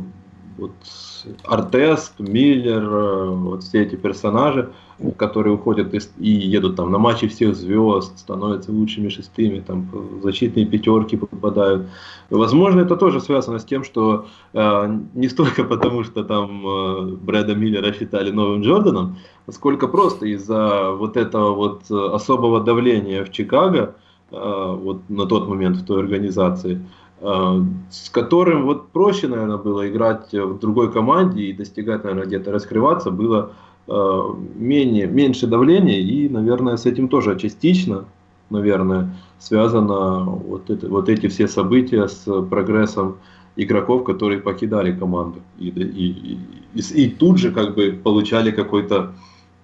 вот Артест, Миллер, вот все эти персонажи, которые уходят и едут там на матчи всех звезд, становятся лучшими шестыми, там в защитные пятерки попадают. Возможно, это тоже связано с тем, что не столько потому, что там Брэда Миллера считали новым Джорданом, сколько просто из-за вот этого вот особого давления в Чикаго, вот на тот момент в той организации, с которым вот проще, наверное, было играть в другой команде и достигать, наверное, где-то раскрываться, было меньше давления, и, наверное, с этим тоже частично, наверное, связано вот эти все события с прогрессом игроков, которые покидали команду и тут же как бы получали какой-то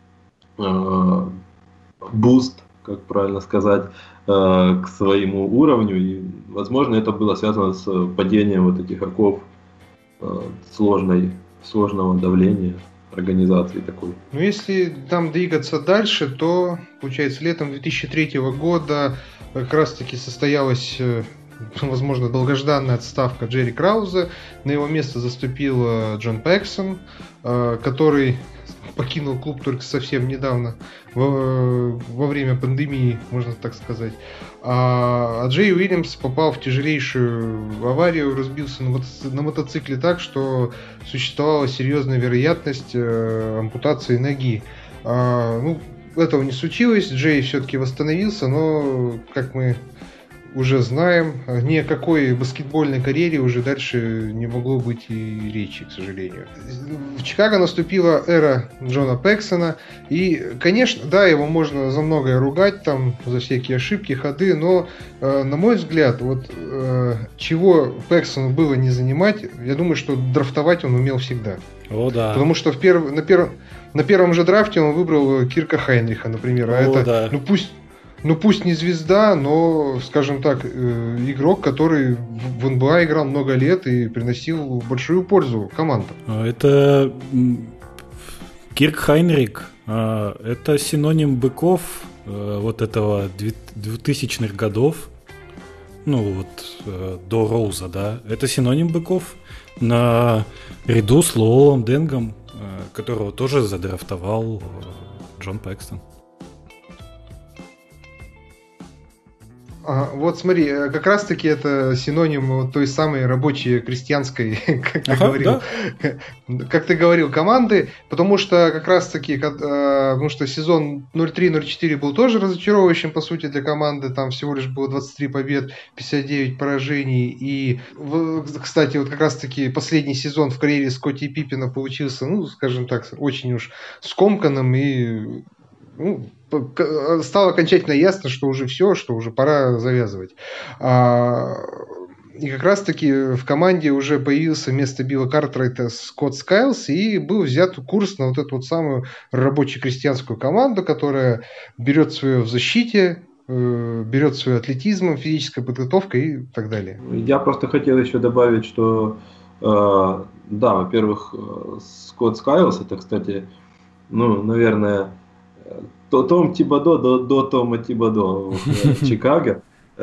буст, как правильно сказать, к своему уровню, и, возможно, это было связано с падением вот этих оков сложного давления организации такой. Ну, если там двигаться дальше, то, получается, летом 2003 года как раз-таки состоялась, возможно, долгожданная отставка Джерри Крауза. На его место заступил Джон Пэксон, который покинул клуб только совсем недавно, во время пандемии, можно так сказать. А Джей Уильямс попал в тяжелейшую аварию, разбился на мотоцикле так, что существовала серьезная вероятность ампутации ноги. Этого не случилось, Джей все-таки восстановился, но, как мы уже знаем, ни о какой баскетбольной карьере уже дальше не могло быть и речи, к сожалению. В Чикаго наступила эра Джона Пэксона, и, конечно, да, его можно за многое ругать, там, за всякие ошибки, ходы, но, на мой взгляд, вот чего Пэксону было не занимать, я думаю, что драфтовать он умел всегда. О, да. Потому что на первом же драфте он выбрал Кирка Хайнриха, например, да. Пусть не звезда, но, скажем так, игрок, который в НБА играл много лет и приносил большую пользу командам. Это Кирк Хайнрих, это синоним быков вот этого 2000-х годов, до Роуза, да. Это синоним быков наряду с Луолом Денгом, которого тоже задрафтовал Джон Пэкстон. Вот смотри, как раз-таки это синоним той самой рабочей крестьянской, как ты говорил, команды, потому что как раз-таки, потому что сезон 03-04 был тоже разочаровывающим, по сути, для команды, там всего лишь было 23 побед, 59 поражений, и, кстати, вот как раз-таки последний сезон в карьере Скотти Пиппина получился, скажем так, очень уж скомканным, и стало окончательно ясно, что уже все, что уже пора завязывать. И как раз-таки в команде уже появился вместо Билла Картрайта Скотт Скайлс, и был взят курс на вот эту вот самую рабоче-крестьянскую команду, которая берет свое в защите, берет свой атлетизм, физической подготовкой и так далее. Я просто хотел еще добавить, что да, во-первых, Скотт Скайлс, это, кстати, наверное, Том Тибодо до Тома Тибодо в Чикаго.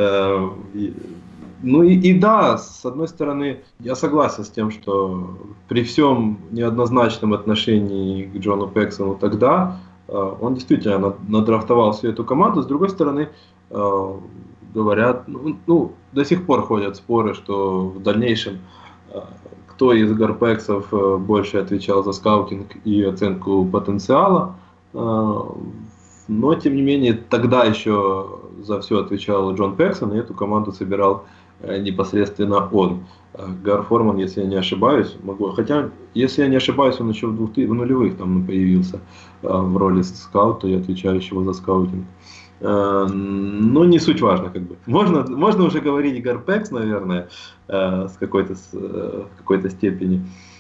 Да, с одной стороны, я согласен с тем, что при всем неоднозначном отношении к Джону Пэксону тогда, он действительно надрафтовал всю эту команду. С другой стороны, говорят, до сих пор ходят споры, что в дальнейшем кто из гарпексов больше отвечал за скаутинг и оценку потенциала. Но, тем не менее, тогда еще за все отвечал Джон Пэксон, и эту команду собирал непосредственно он. Гар Форман, если я не ошибаюсь, хотя, если я не ошибаюсь, он еще в нулевых там появился в роли скаута и отвечающего за скаутинг. Но не суть важно, как бы. Можно уже говорить Гар Пэкс, наверное, с какой-то степени.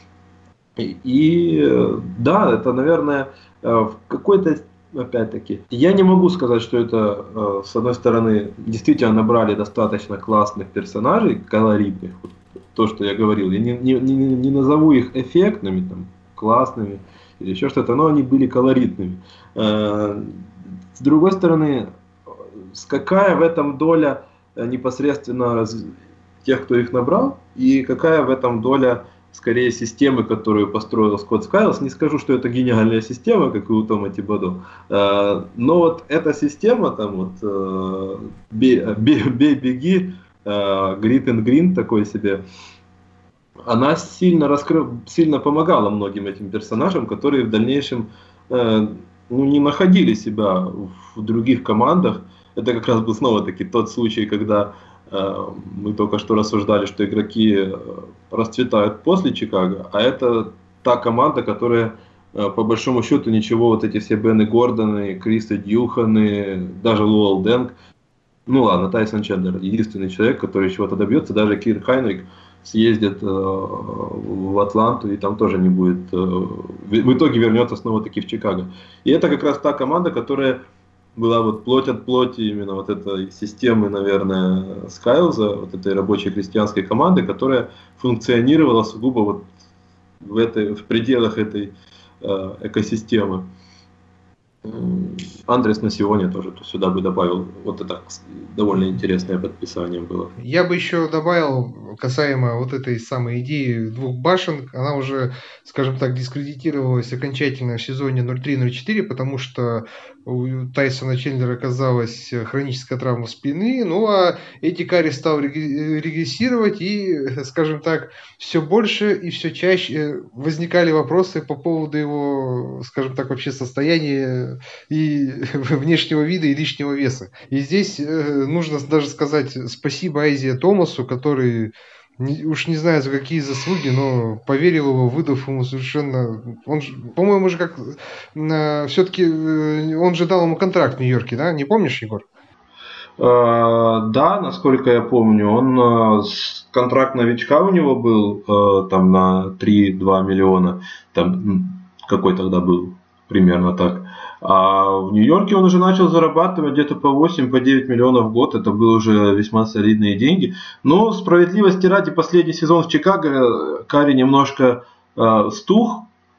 И да, это, наверное, в какой-то, опять-таки, я не могу сказать, что это, с одной стороны, действительно набрали достаточно классных персонажей, колоритных, то, что я говорил, я не назову их эффектными, там, классными или еще что-то, но они были колоритными. С другой стороны, какая в этом доля непосредственно тех, кто их набрал, и какая в этом доля скорее системы, которую построил Скотт Скайлс. Не скажу, что это гениальная система, как и у Тома Тибодо, но вот эта система, там вот бей, беги, grit and green такой себе, она сильно помогала многим этим персонажам, которые в дальнейшем не находили себя в других командах. Это как раз был снова-таки тот случай, когда мы только что рассуждали, что игроки расцветают после Чикаго, а это та команда, которая по большому счету ничего, вот эти все Бены Гордоны, Крисы Дьюханы, даже Луэлл Дэнк, ну ладно, Тайсон Чендлер, единственный человек, который чего-то добьется, даже Кирк Хайнрик съездит в Атланту и там тоже не будет, в итоге вернется снова-таки в Чикаго. И это как раз та команда, которая была вот плоть от плоти именно вот этой системы, наверное, Скайлза, вот этой рабочей крестьянской команды, которая функционировала сугубо вот в пределах этой экосистемы. Андрес на сегодня тоже сюда бы добавил. Вот это довольно интересное подписание было. Я бы еще добавил, касаемо вот этой самой идеи двух башен, она уже, скажем так, дискредитировалась окончательно в сезоне 03-04, потому что у Тайсона Чендлера оказалась хроническая травма спины, ну а Эдди Карри стал регрессировать, и, скажем так, все больше и все чаще возникали вопросы по поводу его, скажем так, вообще состояния и внешнего вида и лишнего веса. И здесь нужно даже сказать спасибо Айзею Томасу, который, уж не знаю за какие заслуги, но поверил его, выдав ему совершенно... Он, по-моему, же как... Все-таки он же дал ему контракт в Нью-Йорке, да? Не помнишь, Егор? Да, насколько я помню, он контракт новичка у него был там на 3-2 миллиона, там какой тогда был, примерно так. А в Нью-Йорке он уже начал зарабатывать где-то по 8-9 миллионов в год. Это были уже весьма солидные деньги. Но справедливости ради, последний сезон в Чикаго Карри немножко стух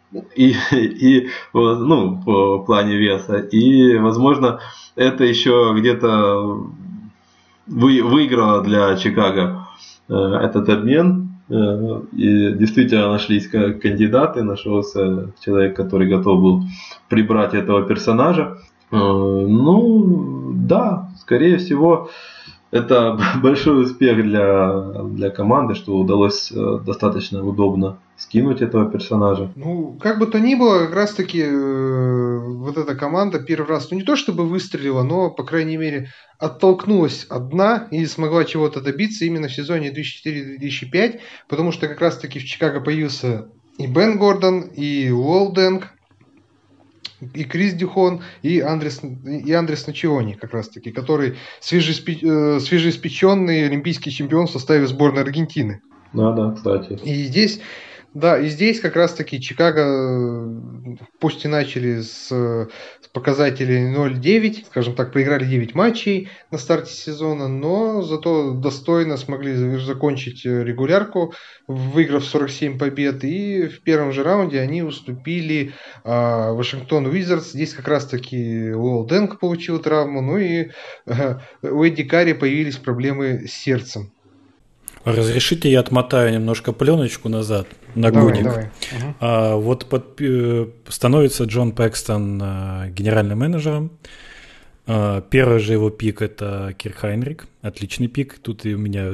ну, по плане веса. И, возможно, это еще где-то выиграло для Чикаго этот обмен. И действительно нашлись кандидаты, нашелся человек, который готов был прибрать этого персонажа. Ну, да, скорее всего, это большой успех для команды, что удалось достаточно удобно скинуть этого персонажа. Ну, как бы то ни было, как раз таки вот эта команда первый раз, ну не то чтобы выстрелила, но, по крайней мере, оттолкнулась от дна и смогла чего-то добиться именно в сезоне 2004-2005, потому что как раз таки в Чикаго появился и Бен Гордон, и Луэлл Дэнк, и Крис Дюхон, и Андрес Начиони, как раз таки, который свежеиспеченный олимпийский чемпион в составе сборной Аргентины. Да, кстати. И здесь как раз-таки Чикаго, пусть и начали с показателей 0-9, скажем так, проиграли 9 матчей на старте сезона, но зато достойно смогли закончить регулярку, выиграв 47 побед, и в первом же раунде они уступили Вашингтон Уизардс. Здесь как раз-таки Луэлл Дэнк получил травму, ну и у Эдди Карри появились проблемы с сердцем. Разрешите, я отмотаю немножко пленочку назад на годик. Давай. Вот становится Джон Пэкстон генеральным менеджером. Первый же его пик – это Кирк Хайнрик. Отличный пик. Тут и у меня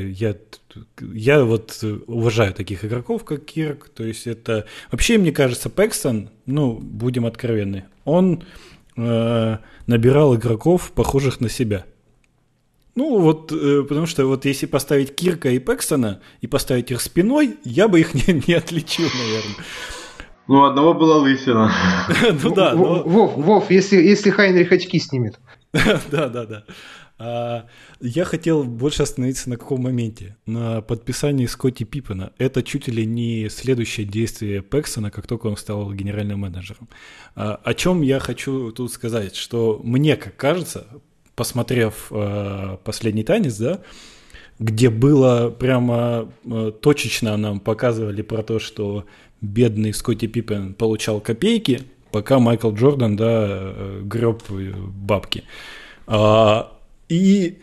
я вот уважаю таких игроков, как Кирк. То есть это вообще, мне кажется, Пэкстон, ну, будем откровенны, он набирал игроков, похожих на себя. Ну, вот, потому что вот если поставить Кирка и Пэкстона и поставить их спиной, я бы их не отличил, наверное. Ну, одного была лысина. Ну да. Вов, если Хайнрих очки снимет. Да. Я хотел больше остановиться на каком моменте? На подписании Скотти Пиппена. Это чуть ли не следующее действие Пэкстона, как только он стал генеральным менеджером. О чем я хочу тут сказать, что мне, как кажется, посмотрев «Последний танец», да, где было прямо точечно нам показывали про то, что бедный Скотти Пиппен получал копейки, пока Майкл Джордан, да, греб бабки. И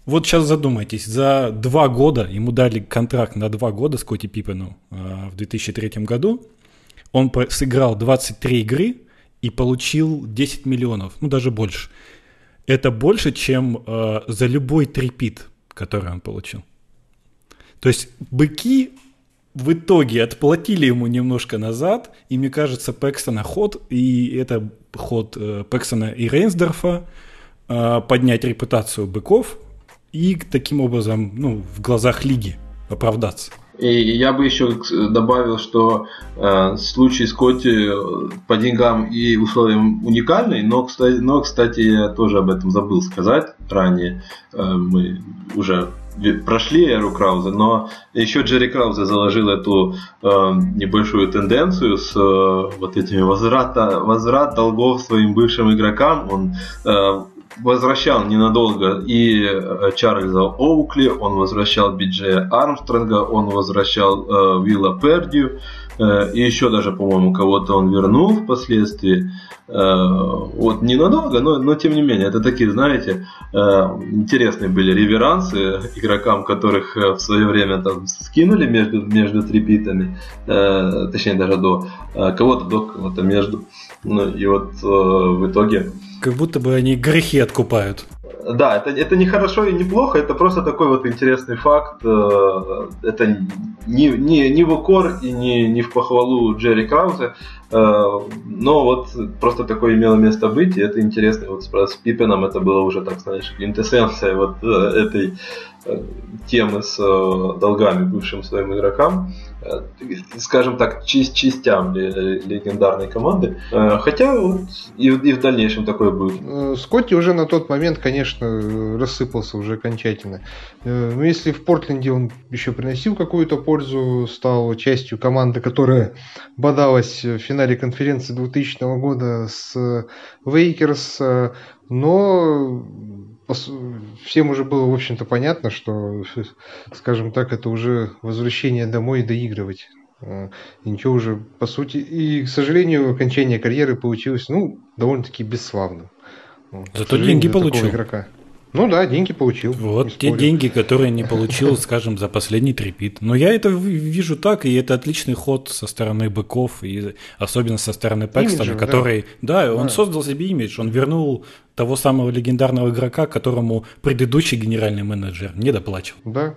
Вот сейчас задумайтесь, за 2 года, ему дали контракт на 2 года Скотти Пиппену в 2003 году, он сыграл 23 игры и получил 10 миллионов, ну даже больше. Это больше, чем за любой трипит, который он получил. То есть быки в итоге отплатили ему немножко назад, и мне кажется, Пэкстона ход, и это ход Пэкстона и Рейнсдорфа, поднять репутацию быков и таким образом, ну, в глазах лиги оправдаться. И я бы еще добавил, что случай Скотти по деньгам и условиям уникальный, но, кстати, я тоже об этом забыл сказать ранее. Мы уже прошли эру Крауза, но еще Джерри Краузе заложил эту небольшую тенденцию с вот этими возврат долгов своим бывшим игрокам. Он возвращал ненадолго и Чарльза Оукли, он возвращал Биджея Армстронга, он возвращал Уилла Пердью, и еще даже, по-моему, кого-то он вернул впоследствии. Вот ненадолго, но тем не менее, это такие, знаете, интересные были реверансы игрокам, которых в свое время там скинули между трипитами, точнее даже до кого-то между. Ну и вот в итоге... Как будто бы они грехи откупают. Да, это не хорошо и не плохо, это просто такой вот интересный факт. Это не в укор и не в похвалу Джерри Краузе, но вот просто такое имело место быть, и это интересно. Вот с Пиппеном это было уже, так знаешь, квинтэссенция вот этой темы с долгами бывшим своим игрокам, скажем так, частям легендарной команды. Хотя вот и в дальнейшем такое будет. Скотти уже на тот момент, конечно, рассыпался уже окончательно. Но если в Портленде он еще приносил какую-то пользу, стал частью команды, которая бодалась в финале конференции 2000 года с Вейкерс, но всем уже было, в общем-то, понятно, что, скажем так, это уже возвращение домой доигрывать. И ничего уже, по сути... И, к сожалению, окончание карьеры получилось, ну, довольно-таки бесславным. Зато деньги получил. Игрока. Ну да, деньги получил. Вот те деньги, которые не получил, скажем, за последний трипит. Но я это вижу так, и это отличный ход со стороны быков, и особенно со стороны Пэкстона, который... Да, он создал себе имидж, он вернул того самого легендарного игрока, которому предыдущий генеральный менеджер не доплачивал. Да.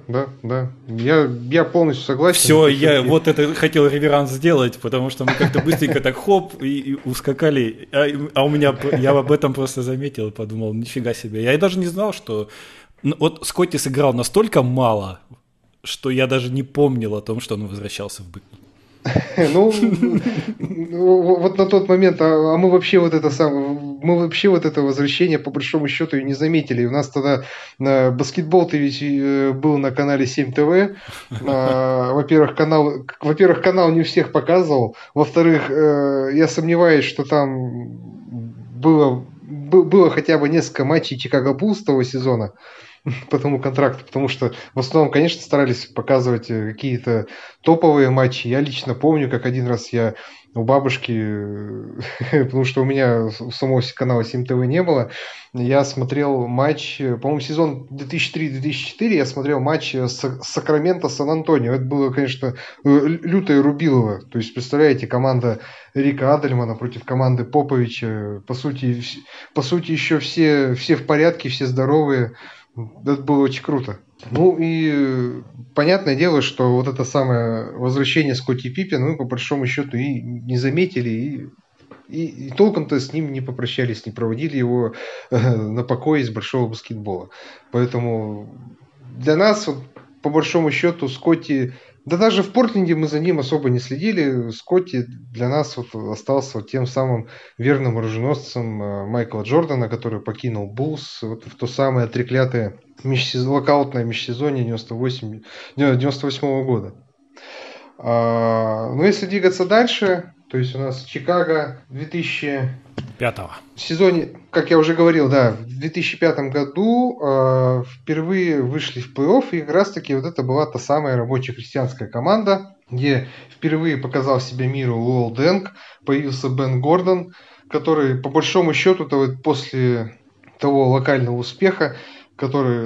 Я полностью согласен. Все, я вот это хотел реверанс сделать, потому что мы как-то быстренько так хоп и ускакали. А у меня, я об этом просто заметил и подумал, нифига себе. Я даже не знал, что... Вот Скотти сыграл настолько мало, что я даже не помнил о том, что он возвращался в быки. Ну, вот на тот момент, мы вообще вот это возвращение по большому счету и не заметили. У нас тогда баскетбол был на канале 7 ТВ. Во-первых, канал не у всех показывал. Во-вторых, я сомневаюсь, что там было хотя бы несколько матчей Чикаго Буллс того сезона по тому контракту, потому что в основном, конечно, старались показывать какие-то топовые матчи. Я лично помню, как один раз я у бабушки, потому что у меня у самого канала 7 ТВ не было, я смотрел матч, по-моему, сезон 2003-2004, я смотрел матч Сакраменто-Сан-Антонио. Это было, конечно, лютое рубилово. То есть, представляете, команда Рика Адельмана против команды Поповича. По сути еще все в порядке, все здоровые. Это было очень круто. Ну и понятное дело, что вот это самое возвращение Скотти Пиппена мы по большому счету и не заметили, и толком-то с ним не попрощались, не проводили его на покой из большого баскетбола. Поэтому для нас, вот, по большому счету, Скотти... Да даже в Портленде мы за ним особо не следили. Скотти для нас вот остался вот тем самым верным оруженосцем Майкла Джордана, который покинул Буллс вот в то самое треклятое локаутное межсезонье 98 года. Но если двигаться дальше, то есть у нас Чикаго 2005 сезоне, как я уже говорил, да, в 2005 году впервые вышли в плей-офф, и как раз таки вот это была та самая рабочая христианская команда, где впервые показал себя миру Луолл Дэнк, появился Бен Гордон, который по большому счету вот после того локального успеха который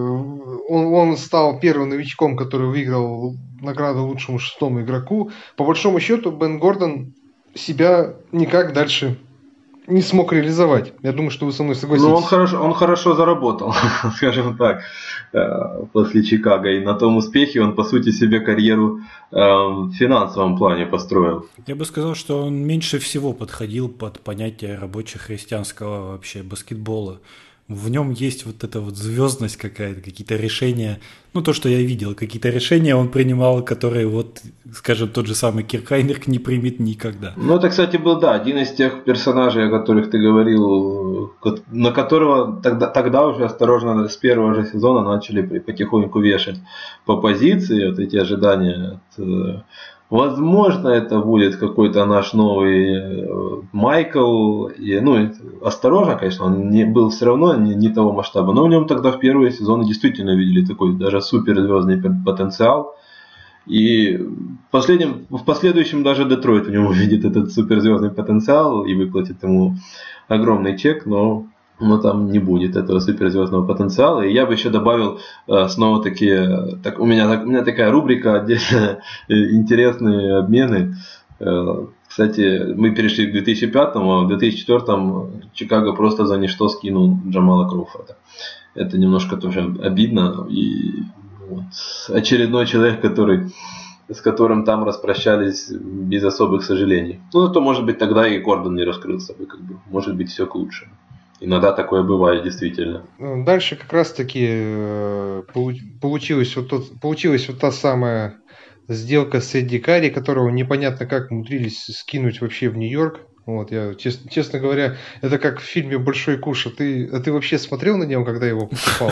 он стал первым новичком, который выиграл награду лучшему шестому игроку. По большому счету, Бен Гордон себя никак дальше не смог реализовать. Я думаю, что вы со мной согласитесь. Ну, он хорошо заработал, скажем так, после Чикаго. И на том успехе он, по сути, себе карьеру в финансовом плане построил. Я бы сказал, что он меньше всего подходил под понятие рабоче-христианского вообще баскетбола. В нем есть вот эта вот звездность какая-то, какие-то решения, ну то, что я видел, какие-то решения он принимал, которые вот, скажем, тот же самый Кирк Хайнерк не примет никогда. Ну это, кстати, был, да, один из тех персонажей, о которых ты говорил, на которого тогда уже осторожно с первого же сезона начали потихоньку вешать по позиции, вот эти ожидания от... Возможно, это будет какой-то наш новый Майкл. Ну, осторожно, конечно, он не был все равно не того масштаба. Но в нем тогда в первые сезоны действительно видели такой даже суперзвездный потенциал. И в последующем даже Детройт в нем увидит этот суперзвездный потенциал и выплатит ему огромный чек, но там не будет этого суперзвездного потенциала. И я бы еще добавил снова-таки, у меня такая рубрика отдельная, интересные обмены. Кстати, мы перешли к 2005-му, а в 2004-м Чикаго просто за ничто скинул Джамала Кроуфорда. Это немножко тоже обидно. И вот очередной человек, с которым там распрощались без особых сожалений. Ну, зато, может быть, тогда и Гордон не раскрылся бы, может быть, все к лучшему. Иногда такое бывает, действительно. Дальше как раз-таки получилась вот та самая сделка с Эдди Карри, которого непонятно как умудрились скинуть вообще в Нью-Йорк. Вот, я, честно говоря, это как в фильме «Большой куш». А ты вообще смотрел на него, когда его покупал?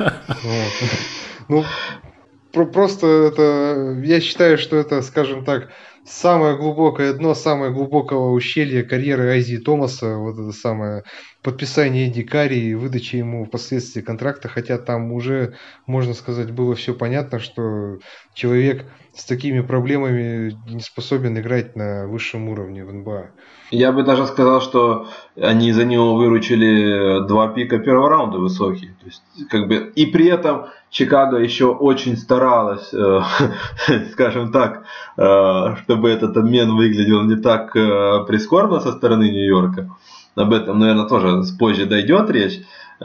Ну, просто это... Я считаю, что это, скажем так, самое глубокое дно, самое глубокого ущелья карьеры Айзии Томаса, вот это самое подписание Эдди Карри и выдача ему впоследствии контракта, хотя там уже, можно сказать, было все понятно, что человек с такими проблемами не способен играть на высшем уровне в НБА. Я бы даже сказал, что они за него выручили 2 пика первого раунда высокие. То есть, и при этом Чикаго еще очень старалась, скажем так, чтобы этот обмен выглядел не так прискорбно со стороны Нью-Йорка. Об этом, наверное, тоже позже дойдет речь.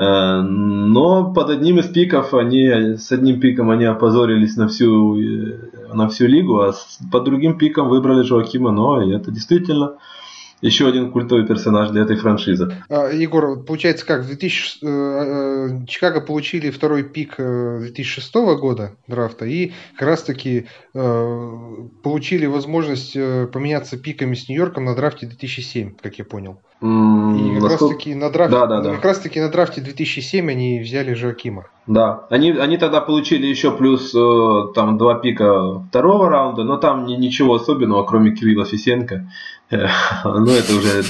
Но под одним из пиков с одним пиком они опозорились на всю лигу, а под другим пиком выбрали Жоакима Ноа, и это действительно еще один культовый персонаж для этой франшизы. Егор, получается как, Чикаго получили второй пик 2006 года драфта и как раз таки получили возможность поменяться пиками с Нью-Йорком на драфте 2007, как я понял. И как раз таки на драфте 2007 они взяли Жоакима. Да, они тогда получили еще плюс там 2 пика второго раунда, но там ничего особенного, кроме Кирилла Фисенко. Ну, это уже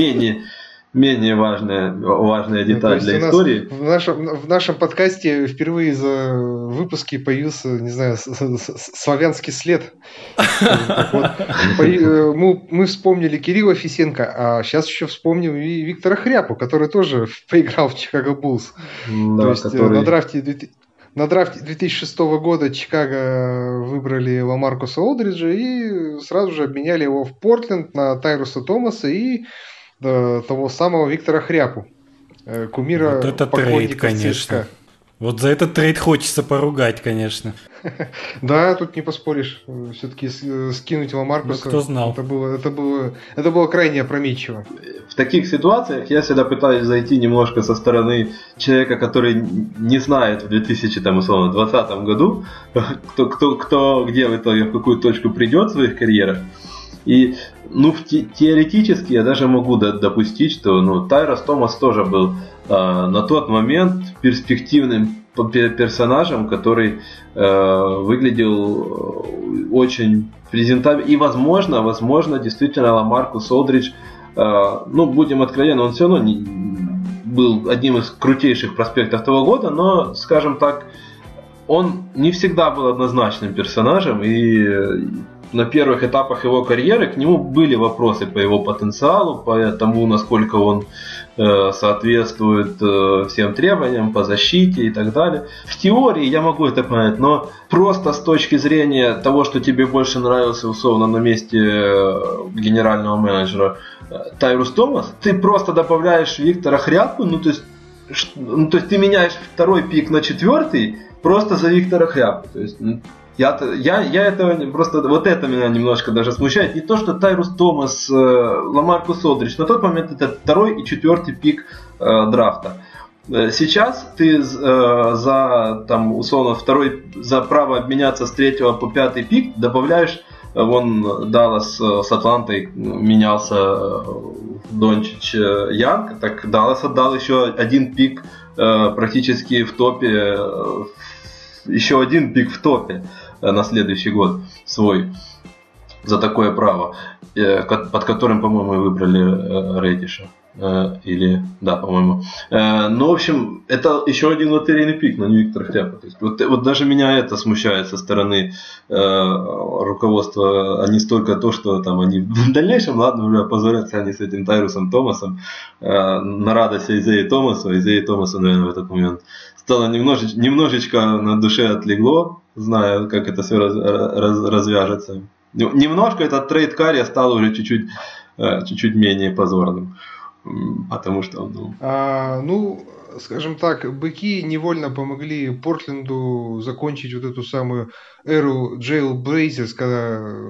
менее важная деталь для истории. В нашем подкасте впервые за выпуски появился, не знаю, славянский след. Мы вспомнили Кирилла Фисенко, а сейчас еще вспомним и Виктора Хряпу, который тоже поиграл в Чикаго Буллс. То есть на драфте 2006 года Чикаго выбрали Ламаркуса Олдриджа и сразу же обменяли его в Портленд на Тайруса Томаса и того самого Виктора Хряпу, кумира вот это трейд, конечно. Вот за этот трейд хочется поругать, конечно. Да, тут не поспоришь. Все-таки скинуть Ламаркуса. Ну, кто знал. Это было крайне опрометчиво. В таких ситуациях я всегда пытаюсь зайти немножко со стороны человека, который не знает в 2020 году, кто где в итоге в какую точку придет в своих карьерах. И теоретически я даже могу допустить, что Тайрос Томас тоже был на тот момент перспективным персонажем, который выглядел очень презентабельно. И возможно, действительно Ламаркус Олдридж, будем откровенны, он все равно был одним из крутейших проспектов того года, но, скажем так, он не всегда был однозначным персонажем, и на первых этапах его карьеры к нему были вопросы по его потенциалу, по тому, насколько он соответствует всем требованиям по защите и так далее. В теории я могу это понять, но просто с точки зрения того, что тебе больше нравился условно на месте генерального менеджера Тайрус Томас, ты просто добавляешь Виктора Хряпу, то есть ты меняешь второй пик на 4 просто за Виктора Хряпу. То есть я этого просто, вот это меня немножко даже смущает. Не то, что Тайрус Томас, Ламаркус Олдридж, на тот момент это 2 и 4 пик драфта. Сейчас ты за там условно за право обменяться с 3 по 5 пик добавляешь, вон Даллас с Атлантой менялся Дончич Янг, так Даллас отдал еще один пик практически в топе, еще один пик в топе на следующий год свой за такое право, под которым, по-моему, выбрали Реддиша. Или, да, по-моему. Ну, в общем, это еще один лотерейный пик, но не Виктор Хряпа. То есть, вот даже меня это смущает со стороны руководства, а не столько то, что там они в дальнейшем, ладно, уже опозорятся они с этим Тайрусом Томасом на радость Изеи Томасу, наверное, в этот момент стало немножечко на душе отлегло, зная, как это все развяжется. Немножко этот трейд Карри стал уже чуть-чуть менее позорным. Потому что, скажем так, быки невольно помогли Портленду закончить вот эту самую эру Jailblazers, когда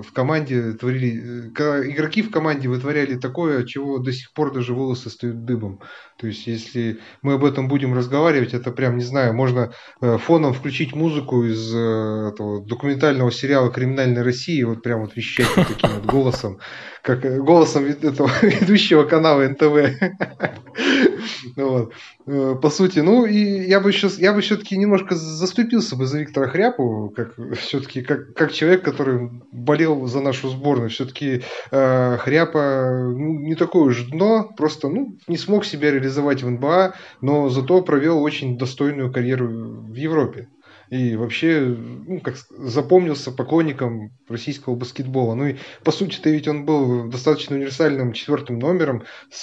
игроки в команде вытворяли такое, от чего до сих пор даже волосы встают дыбом. То есть, если мы об этом будем разговаривать, это прям, не знаю, можно фоном включить музыку из этого документального сериала «Криминальная Россия», вот прям вот вещать вот таким вот голосом, как голосом этого ведущего канала НТВ. По сути, и я бы все-таки немножко заступился бы за Виктора Хряпу, как человек, который болел за нашу сборную. Все-таки Хряпа не такое уж дно, просто не смог себя реализовать в НБА, но зато провел очень достойную карьеру в Европе. И вообще, запомнился поклонникам российского баскетбола. И по сути-то ведь он был достаточно универсальным 4-м номером,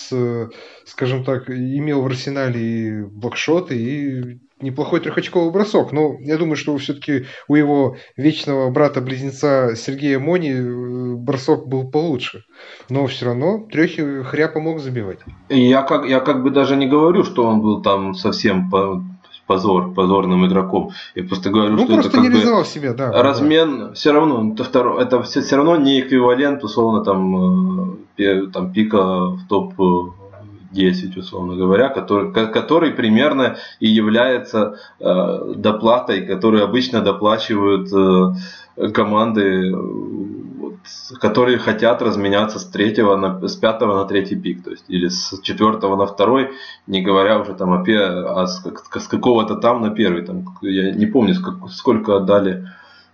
скажем так, имел в арсенале и блокшоты, и неплохой трехочковый бросок. Но я думаю, что все-таки у его вечного брата-близнеца Сергея Мони бросок был получше. Но все равно трехи Хряпа мог забивать. Я как бы даже не говорю, что он был там совсем позорным игроком. Я просто говорю, что просто это как не реализовал бы себя, да. размен, да. Все равно, это все равно не эквивалент, условно, там пика в топ-10, условно говоря, который примерно и является доплатой, которую обычно доплачивают команды, которые хотят разменяться с 5 на 3 пик, то есть, или с 4 на 2, не говоря уже там с какого-то там на 1. Там, я не помню, сколько отдали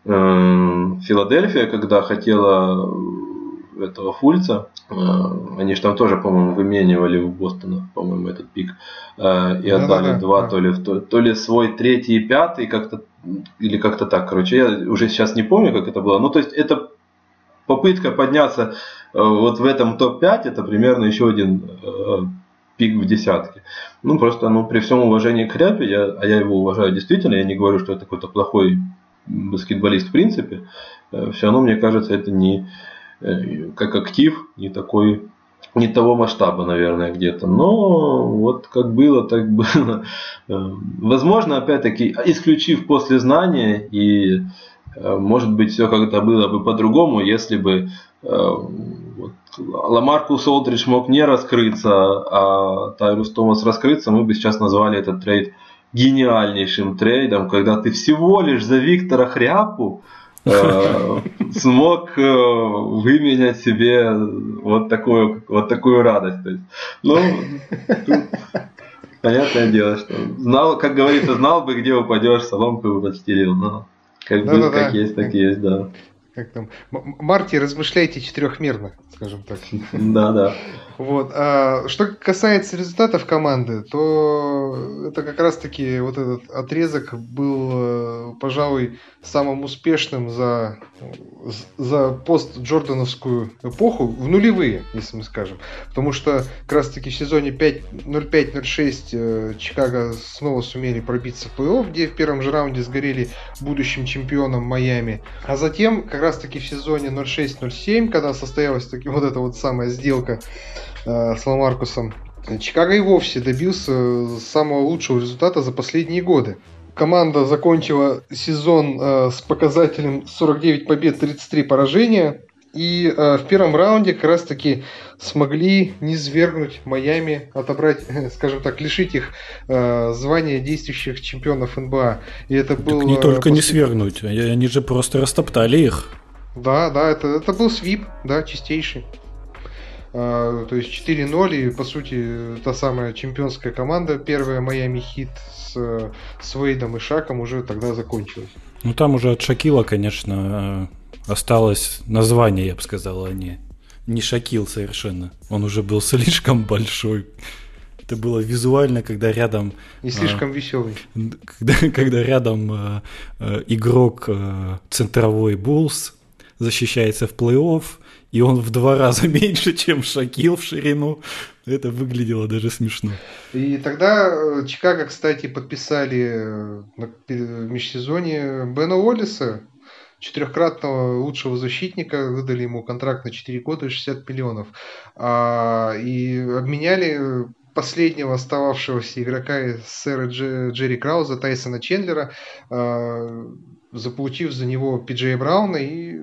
Филадельфия, когда хотела этого Фульца. Они же там тоже, по-моему, выменивали у Бостона, по-моему, этот пик. И отдали 2, то ли свой 3 и 5, или как-то так. Короче, я уже сейчас не помню, как это было. То есть, это попытка подняться вот в этом топ-5, это примерно еще один пик в десятке. Просто при всем уважении к Хряпе, я его уважаю действительно, я не говорю, что это какой-то плохой баскетболист в принципе, все равно, мне кажется, это не как актив, не того масштаба, наверное, где-то. Но вот как было, так было. Возможно, опять-таки, исключив после знания, и может быть все как-то было бы по-другому, если бы Ламаркус Олдридж мог не раскрыться, а Тайрус Томас раскрыться, мы бы сейчас назвали этот трейд гениальнейшим трейдом, когда ты всего лишь за Виктора Хряпу смог выменять себе вот такую радость. То есть, понятное дело, что знал, как говорится, знал бы, где упадешь, соломку бы подстелил. Но как есть, так есть, да. как там, Марти, размышляйте четырехмерно, скажем так. Да. Вот. А что касается результатов команды, то это как раз-таки вот этот отрезок был, пожалуй, самым успешным за пост-джордановскую эпоху, в нулевые, если мы скажем. Потому что как раз-таки в сезоне 05-06 Чикаго снова сумели пробиться в плей-офф, где в первом же раунде сгорели будущим чемпионом Майами. А затем, как раз-таки в сезоне 06-07, когда состоялась таки вот эта вот самая сделка с Ламаркусом, Чикаго и вовсе добился самого лучшего результата за последние годы. Команда закончила сезон с показателем 49 побед, 33 поражения. И в первом раунде как раз-таки смогли низвергнуть Майами, отобрать, скажем так, лишить их звания действующих чемпионов НБА. И это был, так не только не свергнуть, они же просто растоптали их. Да, это был свип, да, чистейший. То есть 4-0, и по сути та самая чемпионская команда, первая Майами Хит с Уэйдом и Шаком уже тогда закончилась. Ну там уже от Шакила, конечно, осталось название, я бы сказал, а не Шакил совершенно. Он уже был слишком большой. Это было визуально, когда рядом... И слишком веселый. Когда рядом игрок центровой Буллс защищается в плей-офф, и он в 2 раза меньше, чем Шакил в ширину. Это выглядело даже смешно. И тогда Чикаго, кстати, подписали в межсезонье Бена Уоллиса, 4-кратного лучшего защитника, выдали ему контракт на 4 года и 60 миллионов. И обменяли последнего остававшегося игрока из сэра Джерри Крауза, Тайсона Чендлера, заполучив за него Пи-Джей Брауна и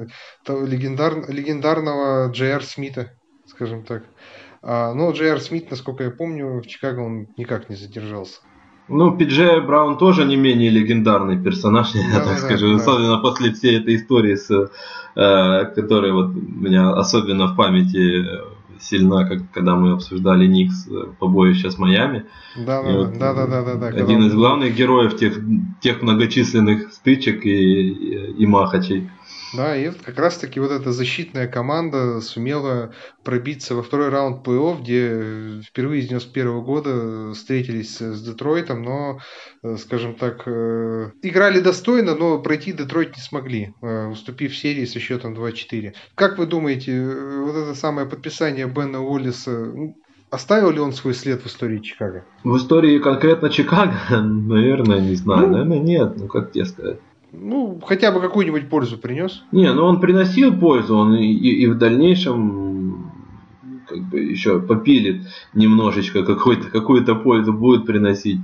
легендарного Джей.Ар. Смита, скажем так. Но Джей.Ар. Смит, насколько я помню, в Чикаго он никак не задержался. Ну, Пи-Джей Браун тоже не менее легендарный персонаж, я так скажу, особенно после всей этой истории, которая вот у меня особенно в памяти сильна, когда мы обсуждали Никс, побоище с Майами. Да. Один из главных героев тех многочисленных стычек и махачей. Да, и как раз-таки вот эта защитная команда сумела пробиться во второй раунд плей-офф, где впервые с 91 года встретились с Детройтом, но, скажем так, играли достойно, но пройти Детройт не смогли, уступив серии со счетом 2-4. Как вы думаете, вот это самое подписание Бена Уоллиса, оставил ли он свой след в истории Чикаго? В истории конкретно Чикаго? Наверное, не знаю. Наверное, нет. Ну, как тебе сказать? Ну, хотя бы какую-нибудь пользу принес. Не, ну он приносил пользу, он и в дальнейшем как бы еще попилит немножечко, какую-то пользу будет приносить.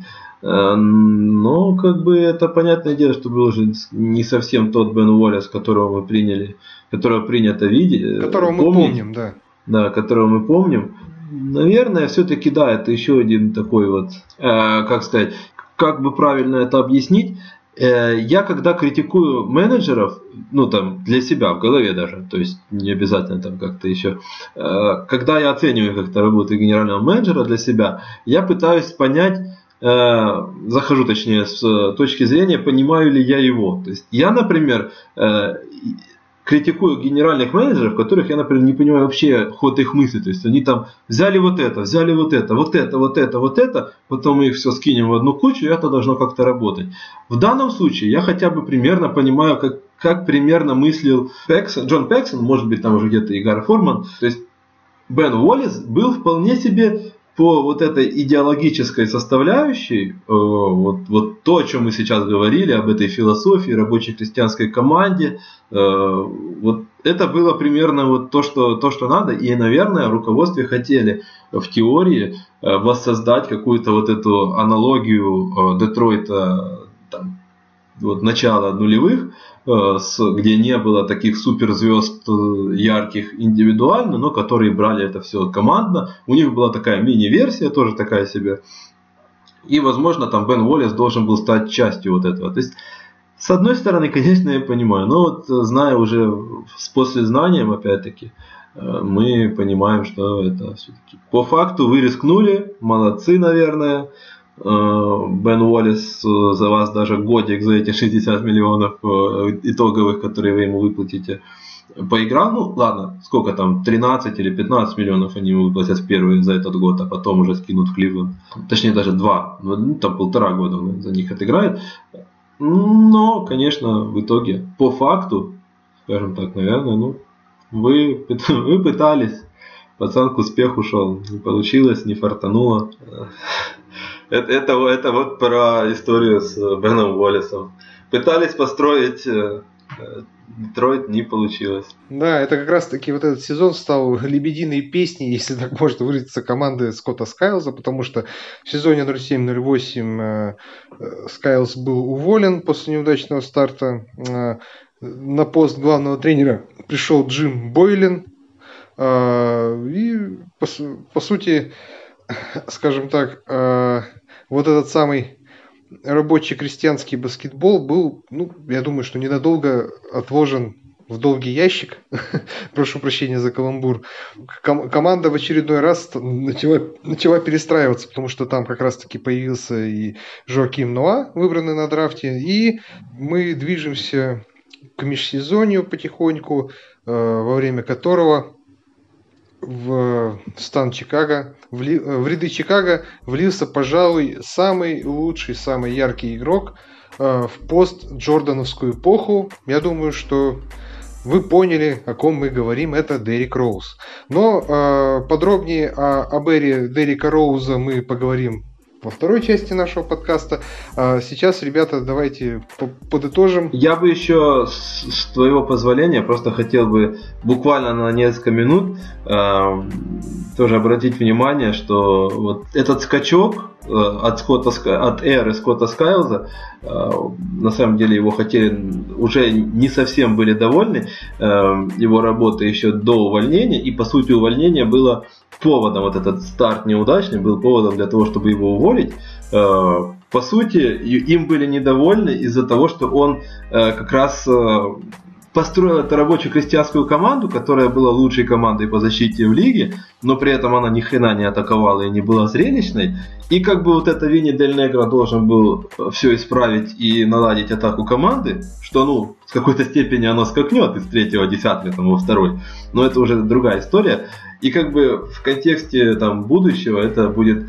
Но как бы это понятное дело, что был уже не совсем тот Бен Уоллес, которого принято видеть. Которого мы помним, да. Да, которого мы помним. Наверное, все-таки да, это еще один такой вот, как сказать, как бы правильно это объяснить. Я когда критикую менеджеров, ну там для себя в голове даже, то есть не обязательно там как-то еще, когда я оцениваю как-то работу генерального менеджера для себя, я пытаюсь понять, захожу точнее с точки зрения, понимаю ли я его. То есть я, например, критикую генеральных менеджеров, которых я, например, не понимаю вообще ход их мысли. То есть они там взяли вот это, потом мы их все скинем в одну кучу, и это должно как-то работать. В данном случае я хотя бы примерно понимаю, как примерно мыслил Джон Пэксон, может быть там уже где-то и Гар Форман. То есть Бен Уоллес был вполне себе по вот этой идеологической составляющей, вот то, о чем мы сейчас говорили, об этой философии, рабочей крестьянской команде, вот это было примерно вот то, что надо, и, наверное, в руководстве хотели в теории воссоздать какую-то вот эту аналогию Детройта, там, вот начала нулевых, где не было таких суперзвезд ярких индивидуально, но которые брали это все командно. У них была такая мини-версия, тоже такая себе. И, возможно, там Бен Уоллес должен был стать частью вот этого. То есть, с одной стороны, конечно, я понимаю, но вот зная уже с послезнанием, опять-таки, мы понимаем, что это все-таки по факту вы рискнули, молодцы, наверное. Бен Уоллес за вас даже годик за эти 60 миллионов итоговых, которые вы ему выплатите, поиграл. Ну ладно, сколько там, 13 или 15 миллионов они ему выплатят в первые за этот год, а потом уже скинут в Кливленд. Точнее даже 2, ну там 1,5 года он за них отыграет. Но, конечно, в итоге, по факту, скажем так, наверное, ну, вы пытались, пацан к успеху шел, не получилось, не фартануло. Это вот про историю с Беном Уоллесом. Пытались построить Детройт, не получилось. Да, это как раз таки вот этот сезон стал лебединой песней, если так можно выразиться, команды Скотта Скайлза, потому что в сезоне 07-08 Скайлз был уволен после неудачного старта. На пост главного тренера пришел Джим Бойлен. И по сути, скажем так, вот этот самый рабочий крестьянский баскетбол был, ну, я думаю, что ненадолго отложен в долгий ящик. Прошу прощения за каламбур. Команда в очередной раз начала перестраиваться, потому что там как раз-таки появился и Жоаким Ноа, выбранный на драфте, и мы движемся к межсезонью потихоньку, во время которого в стан Чикаго, в ряды Чикаго влился, пожалуй, самый лучший, самый яркий игрок в пост-джордановскую эпоху. Я думаю, что вы поняли, о ком мы говорим, это Деррик Роуз. Но подробнее об эре Деррика Роуза мы поговорим во второй части нашего подкаста. Сейчас, ребята, давайте подытожим. Я бы еще, с твоего позволения, просто хотел бы буквально на несколько минут тоже обратить внимание, что вот этот скачок от эры Скотта Скайлза, на самом деле его хотели, уже не совсем были довольны его работой еще до увольнения, и по сути увольнение было поводом, вот этот старт неудачный был поводом для того, чтобы его уволить. По сути, им были недовольны из-за того, что он как раз построил эту рабочую крестьянскую команду, которая была лучшей командой по защите в лиге, но при этом она ни хрена не атаковала и не была зрелищной. И как бы вот это Винни Дель Негро должен был все исправить и наладить атаку команды, что, ну, в какой-то степени оно скакнет из третьего десятка там, во второй. Но это уже другая история. И как бы в контексте там будущего это будет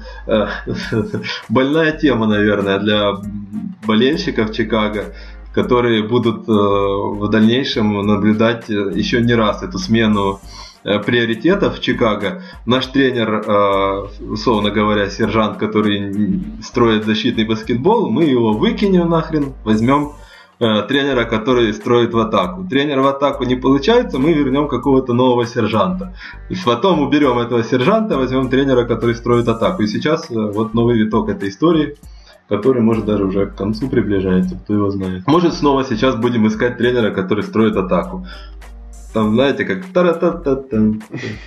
больная тема, наверное, для болельщиков Чикаго, которые будут в дальнейшем наблюдать еще не раз эту смену приоритетов в Чикаго. Наш тренер, условно говоря, сержант, который строит защитный баскетбол, мы его выкинем нахрен, возьмем тренера, который строит в атаку. Тренер в атаку не получается, мы вернем какого-то нового сержанта. И потом уберем этого сержанта, возьмем тренера, который строит атаку. И сейчас вот новый виток этой истории, который, может, даже уже к концу приближается, кто его знает. Может, снова сейчас будем искать тренера, который строит атаку. Там, знаете, как тара-та-та-та.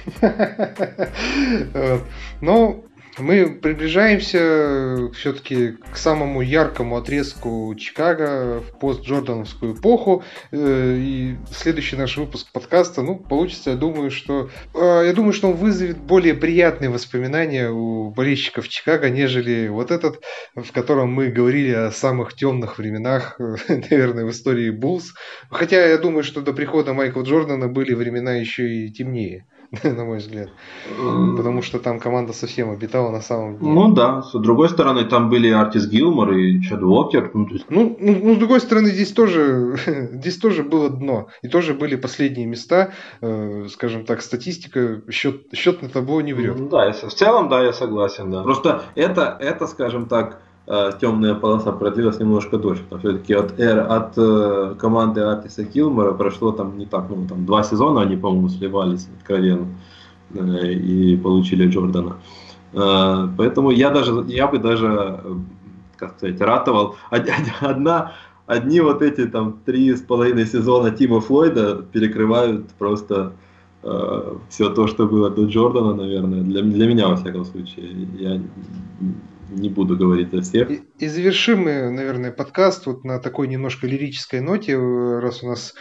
Ну, мы приближаемся все-таки к самому яркому отрезку Чикаго в пост-джордановскую эпоху. И следующий наш выпуск подкаста, ну, получится, я думаю, что он вызовет более приятные воспоминания у болельщиков Чикаго, нежели вот этот, в котором мы говорили о самых темных временах, наверное, в истории Буллс. Хотя я думаю, что до прихода Майкла Джордана были времена еще и темнее. На мой взгляд. Потому что там команда совсем обитала на самом деле. Ну да, с другой стороны, там были Артис Гилмор и Чед Уокер. Ну, с другой стороны, здесь тоже было дно. И тоже были последние места. Скажем так, статистика, счет на табло не врет. Да, в целом, да, я согласен, да. Просто это, скажем так, темная полоса продлилась немножко дольше. Все-таки от команды Артиса Гилмора прошло там не так, ну там 2 сезона они, по-моему, сливались откровенно и получили Джордана. Поэтому я бы даже, как сказать, ратовал. Одни вот эти там 3,5 сезона Тима Флойда перекрывают просто все то, что было до Джордана, наверное. Для меня, во всяком случае. не буду говорить за всех. И завершим мы, наверное, подкаст вот на такой немножко лирической ноте, раз у нас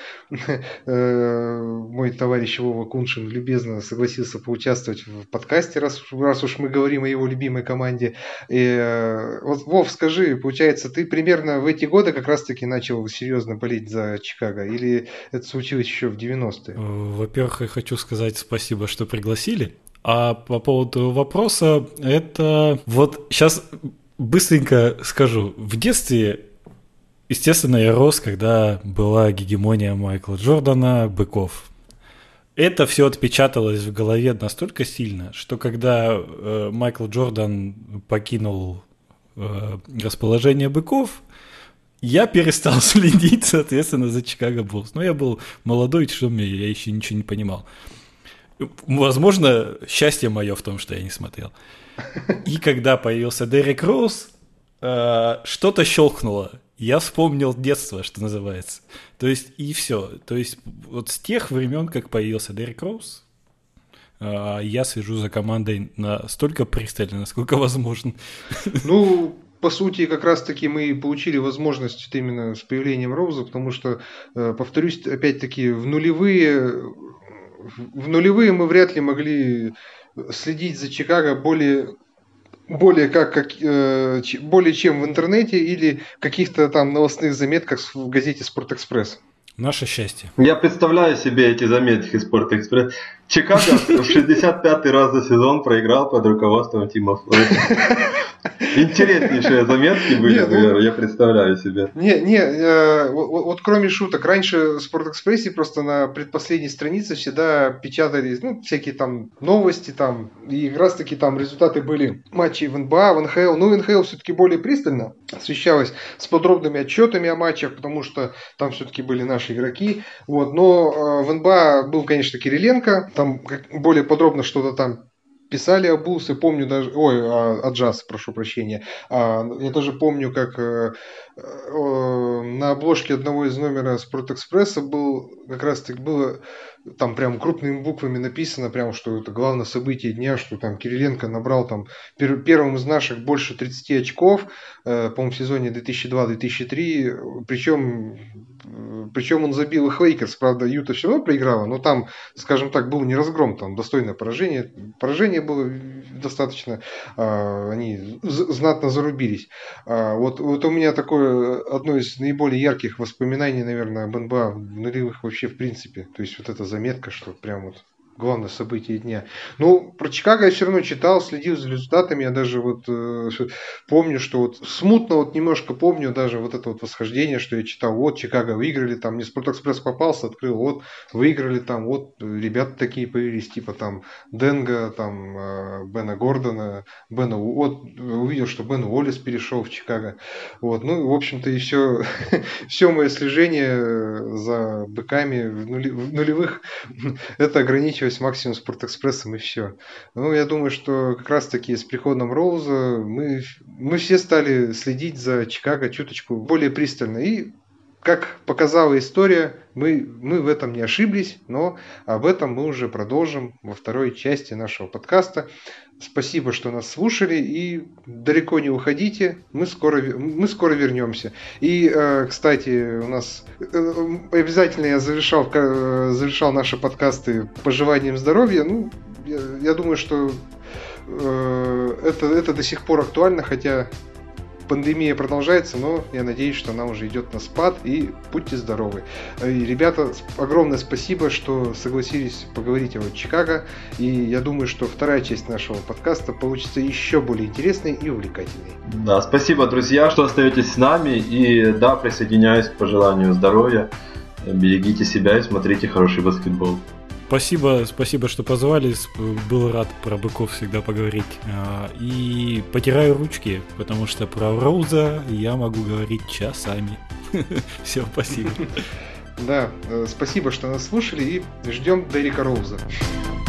мой товарищ Вова Куншин любезно согласился поучаствовать в подкасте, раз уж мы говорим о его любимой команде. И, вот, Вов, скажи, получается, ты примерно в эти годы как раз-таки начал серьезно болеть за Чикаго, или это случилось еще в 90-е? Во-первых, я хочу сказать спасибо, что пригласили. А по поводу вопроса, это вот сейчас быстренько скажу. В детстве, естественно, я рос, когда была гегемония Майкла Джордана, быков. Это все отпечаталось в голове настолько сильно, что когда Майкл Джордан покинул расположение быков, я перестал следить, соответственно, за Чикаго Буллс. Но я был молодой, что мне, я еще ничего не понимал. Возможно, счастье мое в том, что я не смотрел. И когда появился Деррик Роуз, что-то щелкнуло. Я вспомнил детство, что называется. То есть, и все. То есть, вот с тех времен, как появился Деррик Роуз, я слежу за командой настолько пристально, насколько возможно. Ну, по сути, как раз-таки мы получили возможность вот именно с появлением Роуза, потому что, повторюсь, опять-таки, в нулевые мы вряд ли могли следить за Чикаго более чем в интернете или каких-то там новостных заметках в газете «Спортэкспресс». Наше счастье. Я представляю себе эти заметки «Спортэкспресс». Чикаго в 65-й раз за сезон проиграл под руководством Тима Флойда. Интереснейшие заметки были, я представляю себе. Вот кроме шуток, раньше в «Спортэкспрессе» просто на предпоследней странице всегда печатались всякие там новости, там, и как раз таки там результаты были матчей в НБА, в НХЛ. Ну, НХЛ все-таки более пристально освещалось с подробными отчетами о матчах, потому что там все-таки были наши игроки. Вот. Но в НБА был, конечно, Кириленко, там более подробно что-то там писали о Буллс, и помню даже... о Джаз, прошу прощения. Я даже помню, как на обложке одного из номера «Спортэкспресса» был как раз-таки было там прям крупными буквами написано, прям, что это главное событие дня, что там Кириленко набрал там первым из наших больше 30 очков, по-моему, в сезоне 2002-2003, причем он забил их Лейкерс, правда, Юта все равно проиграла, но там, скажем так, был не разгром, там достойное поражение. Поражение было достаточно, они знатно зарубились. Вот у меня такое одно из наиболее ярких воспоминаний, наверное, об НБА в нулевых вообще в принципе. То есть вот эта заметка, что прям вот главное событие дня. Ну, про Чикаго я все равно читал, следил за результатами. Я даже вот помню, что вот смутно вот немножко помню даже вот это вот восхождение, что я читал. Вот Чикаго выиграли, там мне Спортэкспресс попался, открыл, вот выиграли там, вот ребята такие появились, типа там Денга, там Бена Гордона, вот увидел, что Бен Уоллес перешел в Чикаго. Вот, ну, в общем-то, и все мое слежение за быками в нулевых это ограничивалось максимум Спортэкспрессом и все. Ну, я думаю, что как раз-таки с приходом Роуза мы все стали следить за Чикаго чуточку более пристально. И, как показала история, мы в этом не ошиблись, но об этом мы уже продолжим во второй части нашего подкаста. Спасибо, что нас слушали, и далеко не уходите, мы скоро вернемся. И, кстати, у нас обязательно я завершал наши подкасты пожеланием здоровья. Ну, я думаю, что это до сих пор актуально, хотя пандемия продолжается, но я надеюсь, что она уже идет на спад, и будьте здоровы. И, ребята, огромное спасибо, что согласились поговорить о Чикаго, и я думаю, что вторая часть нашего подкаста получится еще более интересной и увлекательной. Да, спасибо, друзья, что остаетесь с нами, и да, присоединяюсь к пожеланию здоровья, берегите себя и смотрите хороший баскетбол. Спасибо, что позвали. Был рад про быков всегда поговорить. И потираю ручки, потому что про Роуза я могу говорить часами. Все, спасибо. Да, спасибо, что нас слушали, и ждем Деррика Роуза.